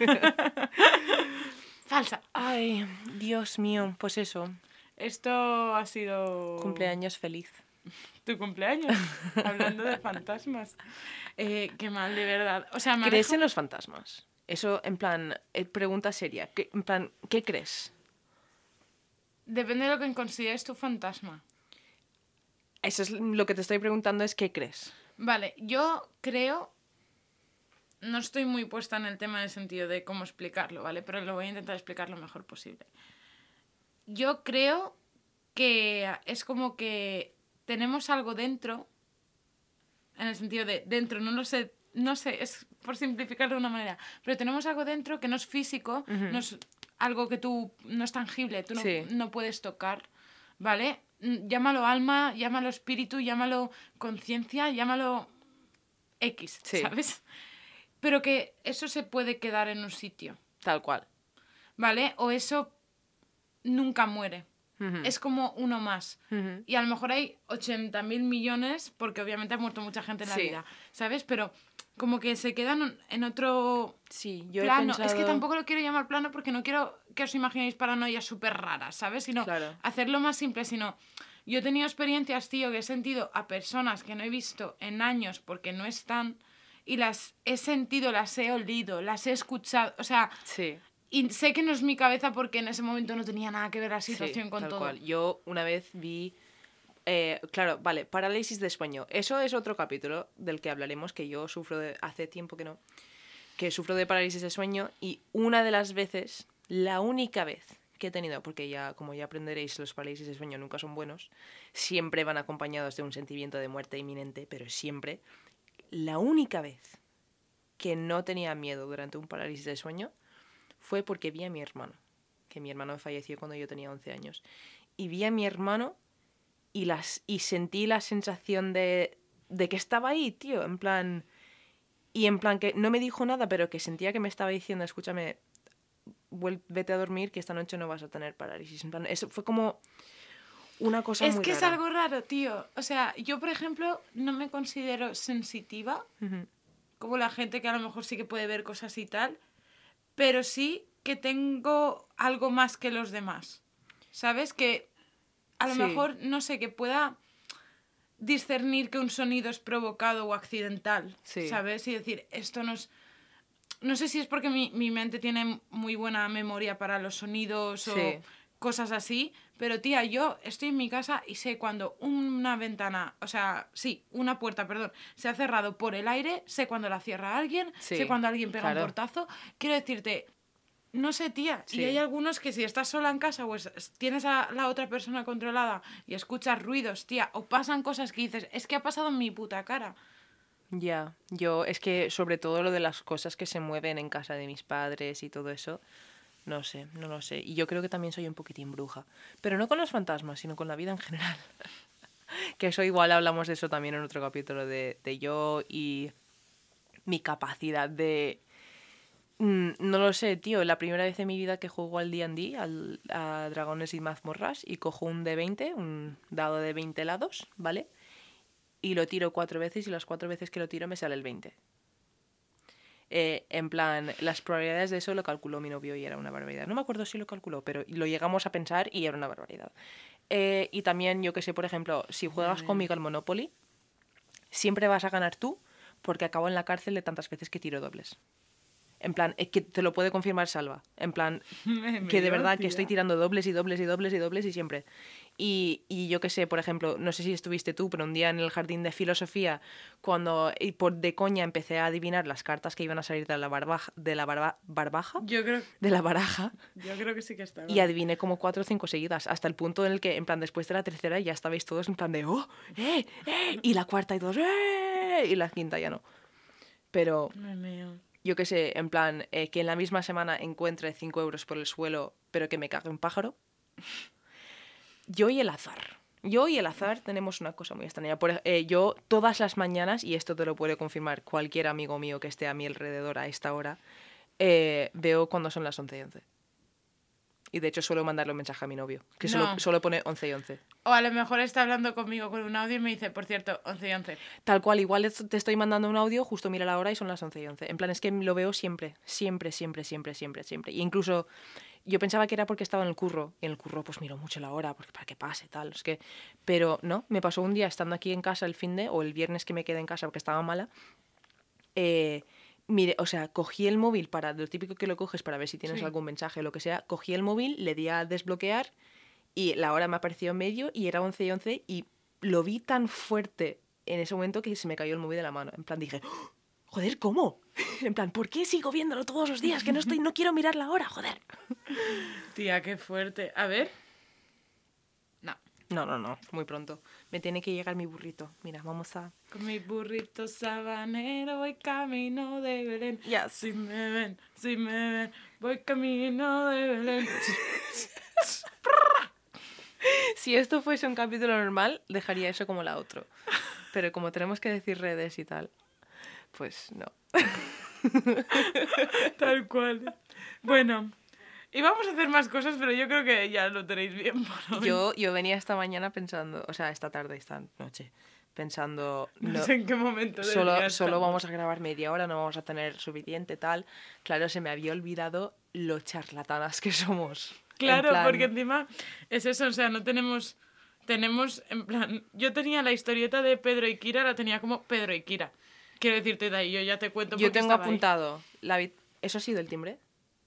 Falsa.
Ay, Dios mío. Pues eso.
Esto ha sido...
Cumpleaños feliz.
Tu cumpleaños. Hablando de fantasmas. Qué mal, de verdad. O sea, me
¿Crees
alejo-
en los fantasmas? Eso, en plan, pregunta seria. En plan, ¿qué crees?
Depende de lo que consideres tu fantasma.
Eso es lo que te estoy preguntando, es ¿qué crees?
Vale, yo creo... No estoy muy puesta en el tema en el sentido de cómo explicarlo, ¿vale? Pero lo voy a intentar explicar lo mejor posible. Yo creo que es como que tenemos algo dentro, en el sentido de dentro, no sé, es por simplificarlo de una manera, pero tenemos algo dentro que no es físico, no es algo que tú no es tangible, tú
Sí.
no puedes tocar, ¿vale? Llámalo alma, llámalo espíritu, llámalo conciencia, llámalo X,
Sí.
¿sabes? Pero que eso se puede quedar en un sitio,
Tal cual.
¿vale? O eso nunca muere.
Ujú.
Es como uno más.
Ujú.
Y a lo mejor hay 80.000 millones, porque obviamente ha muerto mucha gente en la
Sí.
vida, ¿sabes? Pero como que se quedan en otro
Sí, yo
plano.
he pensado...
Es que tampoco lo quiero llamar plano porque no quiero que os imaginéis paranoias súper raras, ¿sabes? Sino
Claro.
hacerlo más simple, sino... Yo he tenido experiencias, tío, que he sentido a personas que no he visto en años porque no están, y las he sentido, las he olido, las he escuchado, o sea...
Sí.
Y sé que no es mi cabeza porque en ese momento no tenía nada que ver la situación
Sí,
con
tal
todo.
cual. Yo una vez vi... claro, vale, parálisis de sueño. Eso es otro capítulo del que hablaremos, que yo sufro hace tiempo que no. que sufro de parálisis de sueño y una de las veces, la única vez que he tenido, porque ya, como ya aprenderéis, los parálisis de sueño nunca son buenos, siempre van acompañados de un sentimiento de muerte inminente, pero siempre, la única vez que no tenía miedo durante un parálisis de sueño fue porque vi a mi hermano, que mi hermano falleció cuando yo tenía 11 años, y vi a mi hermano y sentí la sensación de que estaba ahí, tío, en plan que no me dijo nada, pero que sentía que me estaba diciendo, escúchame, vete a dormir, que esta noche no vas a tener parálisis. En plan, eso fue como una cosa muy rara.
Es que es algo raro, tío. O sea, yo, por ejemplo, no me considero sensitiva, como la gente que a lo mejor sí que puede ver cosas y tal, pero sí que tengo algo más que los demás. ¿Sabes? Que a lo mejor, no sé, que pueda discernir que un sonido es provocado o accidental, ¿sabes? Y decir, esto no es... No sé si es porque mi mente tiene muy buena memoria para los sonidos o cosas así, pero tía, yo estoy en mi casa y sé cuando una ventana, o sea, una puerta, perdón, se ha cerrado por el aire, sé cuando la cierra alguien, sé cuando alguien pega un portazo. Quiero decirte, no sé, tía, y hay algunos que si estás sola en casa o tienes a la otra persona controlada y escuchas ruidos, tía, o pasan cosas que dices, es que ha pasado en mi puta cara.
Ya, yo es que sobre todo lo de las cosas que se mueven en casa de mis padres y todo eso, no sé, no lo sé. Y yo creo que también soy un poquitín bruja, pero no con los fantasmas, sino con la vida en general. Que eso igual hablamos de eso también en otro capítulo de yo y mi capacidad de... No lo sé, tío, la primera vez en mi vida que juego al D&D, a Dragones y Mazmorras, y cojo un D20, un dado de 20 lados, ¿vale? Y lo tiro 4 veces y las 4 veces que lo tiro me sale el 20. En plan, las probabilidades de eso lo calculó mi novio y era una barbaridad. No me acuerdo si lo calculó, pero lo llegamos a pensar y era una barbaridad. Y también, yo que sé, por ejemplo, si juegas conmigo al Monopoly, siempre vas a ganar tú porque acabo en la cárcel de tantas veces que tiro dobles. En plan, que te lo puede confirmar Salva. En plan, que de verdad que estoy tirando dobles y dobles y dobles y dobles y siempre. Y yo qué sé, por ejemplo, no sé si estuviste tú, pero un día en el jardín de filosofía, cuando de coña empecé a adivinar las cartas que iban a salir de la barbaja, barbaja,
yo creo,
de la baraja.
Yo creo que sí que estaba.
Y adiviné como 4 o 5 seguidas, hasta el punto en el que, en plan, después de la tercera ya estabais todos en plan de ¡oh! Y la cuarta y todos ¡eh! Y la quinta ya no. Pero... yo qué sé, en plan, que en la misma semana encuentre 5 euros por el suelo, pero que me cague un pájaro. Yo y el azar tenemos una cosa muy extraña. Yo todas las mañanas, y esto te lo puede confirmar cualquier amigo mío que esté a mi alrededor a esta hora, veo cuando son las 11:11. Y de hecho suelo mandarle un mensaje a mi novio, que solo pone 11:11.
O a lo mejor está hablando conmigo con un audio y me dice, por cierto, 11:11.
Tal cual, igual te estoy mandando un audio, justo mira la hora y son las 11:11. En plan, es que lo veo siempre. Y incluso yo pensaba que era porque estaba en el curro. Y en el curro pues miro mucho la hora, porque para que pase, tal. Es que... Pero no, me pasó un día estando aquí en casa el finde, o el viernes que me quedé en casa porque estaba mala. Mire, o sea, cogí el móvil para lo típico que lo coges para ver si tienes algún mensaje o lo que sea. Cogí el móvil, le di a desbloquear y la hora me apareció en medio y era 11:11 y lo vi tan fuerte en ese momento que se me cayó el móvil de la mano. En plan dije, ¡oh! Joder, ¿cómo? En plan, ¿por qué sigo viéndolo todos los días? Que no quiero mirar la hora, joder.
Tía, qué fuerte. A ver.
No, muy pronto. Me tiene que llegar mi burrito. Mira, vamos a...
Con mi burrito sabanero voy camino de Belén.
Yes.
Si me ven, voy camino de Belén.
Si esto fuese un capítulo normal, dejaría eso como la outro. Pero como tenemos que decir redes y tal, pues no.
Tal cual. Bueno... Y vamos a hacer más cosas, pero yo creo que ya lo tenéis bien por hoy.
Yo venía esta mañana pensando, o sea, esta tarde, esta noche, pensando...
No sé en qué momento del día
solo vamos a grabar media hora, no vamos a tener suficiente, tal. Claro, se me había olvidado lo charlatanas que somos.
Claro, porque encima es eso, o sea, no tenemos... Tenemos, en plan... Yo tenía la historieta de Pedro y Kira, la tenía como Pedro y Kira. Quiero decirte de ahí, yo ya te cuento porque
yo tengo apuntado... ¿Eso ha sido el timbre?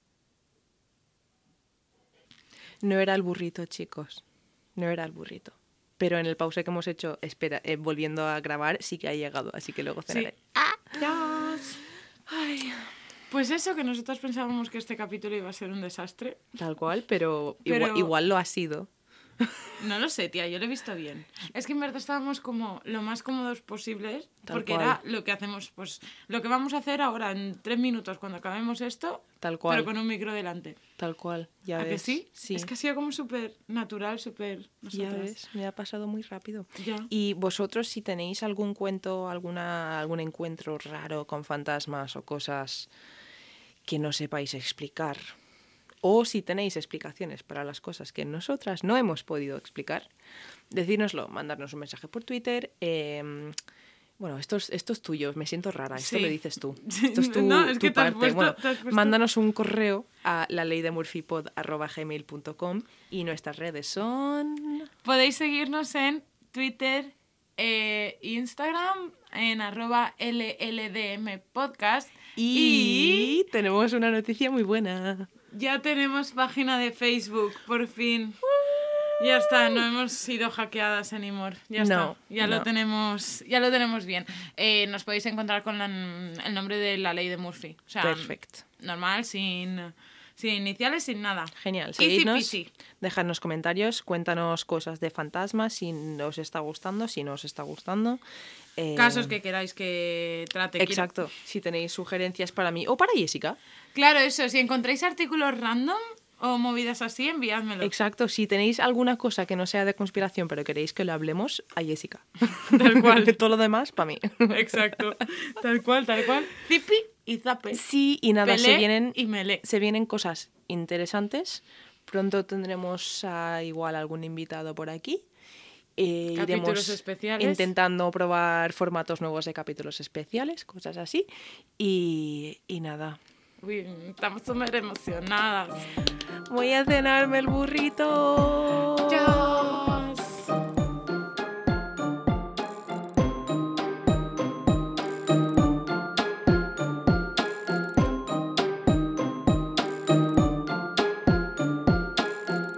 No era el burrito, chicos. No era el burrito. Pero en el pause que hemos hecho, volviendo a grabar, sí que ha llegado. Así que luego cenaré.
Sí. ¡Ah! ¡Dios!
Ay.
Pues eso, que nosotros pensábamos que este capítulo iba a ser un desastre.
Tal cual, pero
Pero-
igual lo ha sido.
No lo sé, tía, yo lo he visto bien. Es que en verdad estábamos como lo más cómodos posibles,
Tal
porque
cual.
era lo que hacemos, pues lo que vamos a hacer ahora en 3 minutos cuando acabemos esto,
Tal cual.
pero con un micro delante.
Tal cual, ya
¿A
ves.
que sí?
Sí.
Es que ha sido como súper natural, súper
Ya
nosotras.
ves, me ha pasado muy rápido.
Ya.
Y vosotros, si tenéis algún cuento, algún encuentro raro con fantasmas o cosas que no sepáis explicar, o si tenéis explicaciones para las cosas que nosotras no hemos podido explicar, decírnoslo, mandarnos un mensaje por Twitter. Bueno, esto es tuyo, me siento rara, esto
Sí.
lo dices tú.
Sí,
Esto es tu,
no, es
tu
que te has
parte.
puesto-
Bueno,
te has puesto-
mándanos un correo a laleydemurphypod@gmail.com y nuestras redes son...
Podéis seguirnos en Twitter e Instagram en @LLDMpodcast
Y tenemos una noticia muy buena.
ya tenemos página de Facebook, por fin. Ya está, no hemos sido hackeadas anymore. Ya
No,
está, ya
no.
lo tenemos bien. Nos podéis encontrar con el nombre de la ley de Murphy. O sea,
Perfecto.
normal, sin iniciales, sin nada.
Genial,
Easy
seguidnos,
peasy.
dejadnos comentarios, cuéntanos cosas de fantasmas, si os está gustando, si no os está gustando.
Casos que queráis que trate.
Exacto, si tenéis sugerencias para mí o para Jessica.
Claro, eso, si encontráis artículos random o movidas así, enviádmelo.
Exacto, si tenéis alguna cosa que no sea de conspiración pero queréis que lo hablemos, a Jessica.
Tal cual.
Todo lo demás, para mí.
Exacto. Tal cual. Zipi y zape.
Sí, y nada,
Pelé y melé.
se vienen cosas interesantes. Pronto tendremos igual algún invitado por aquí.
Capítulos
Iremos
especiales.
intentando probar formatos nuevos de capítulos especiales, cosas así. Y nada.
Uy, estamos súper emocionadas.
Voy a cenarme el burrito.
Chao.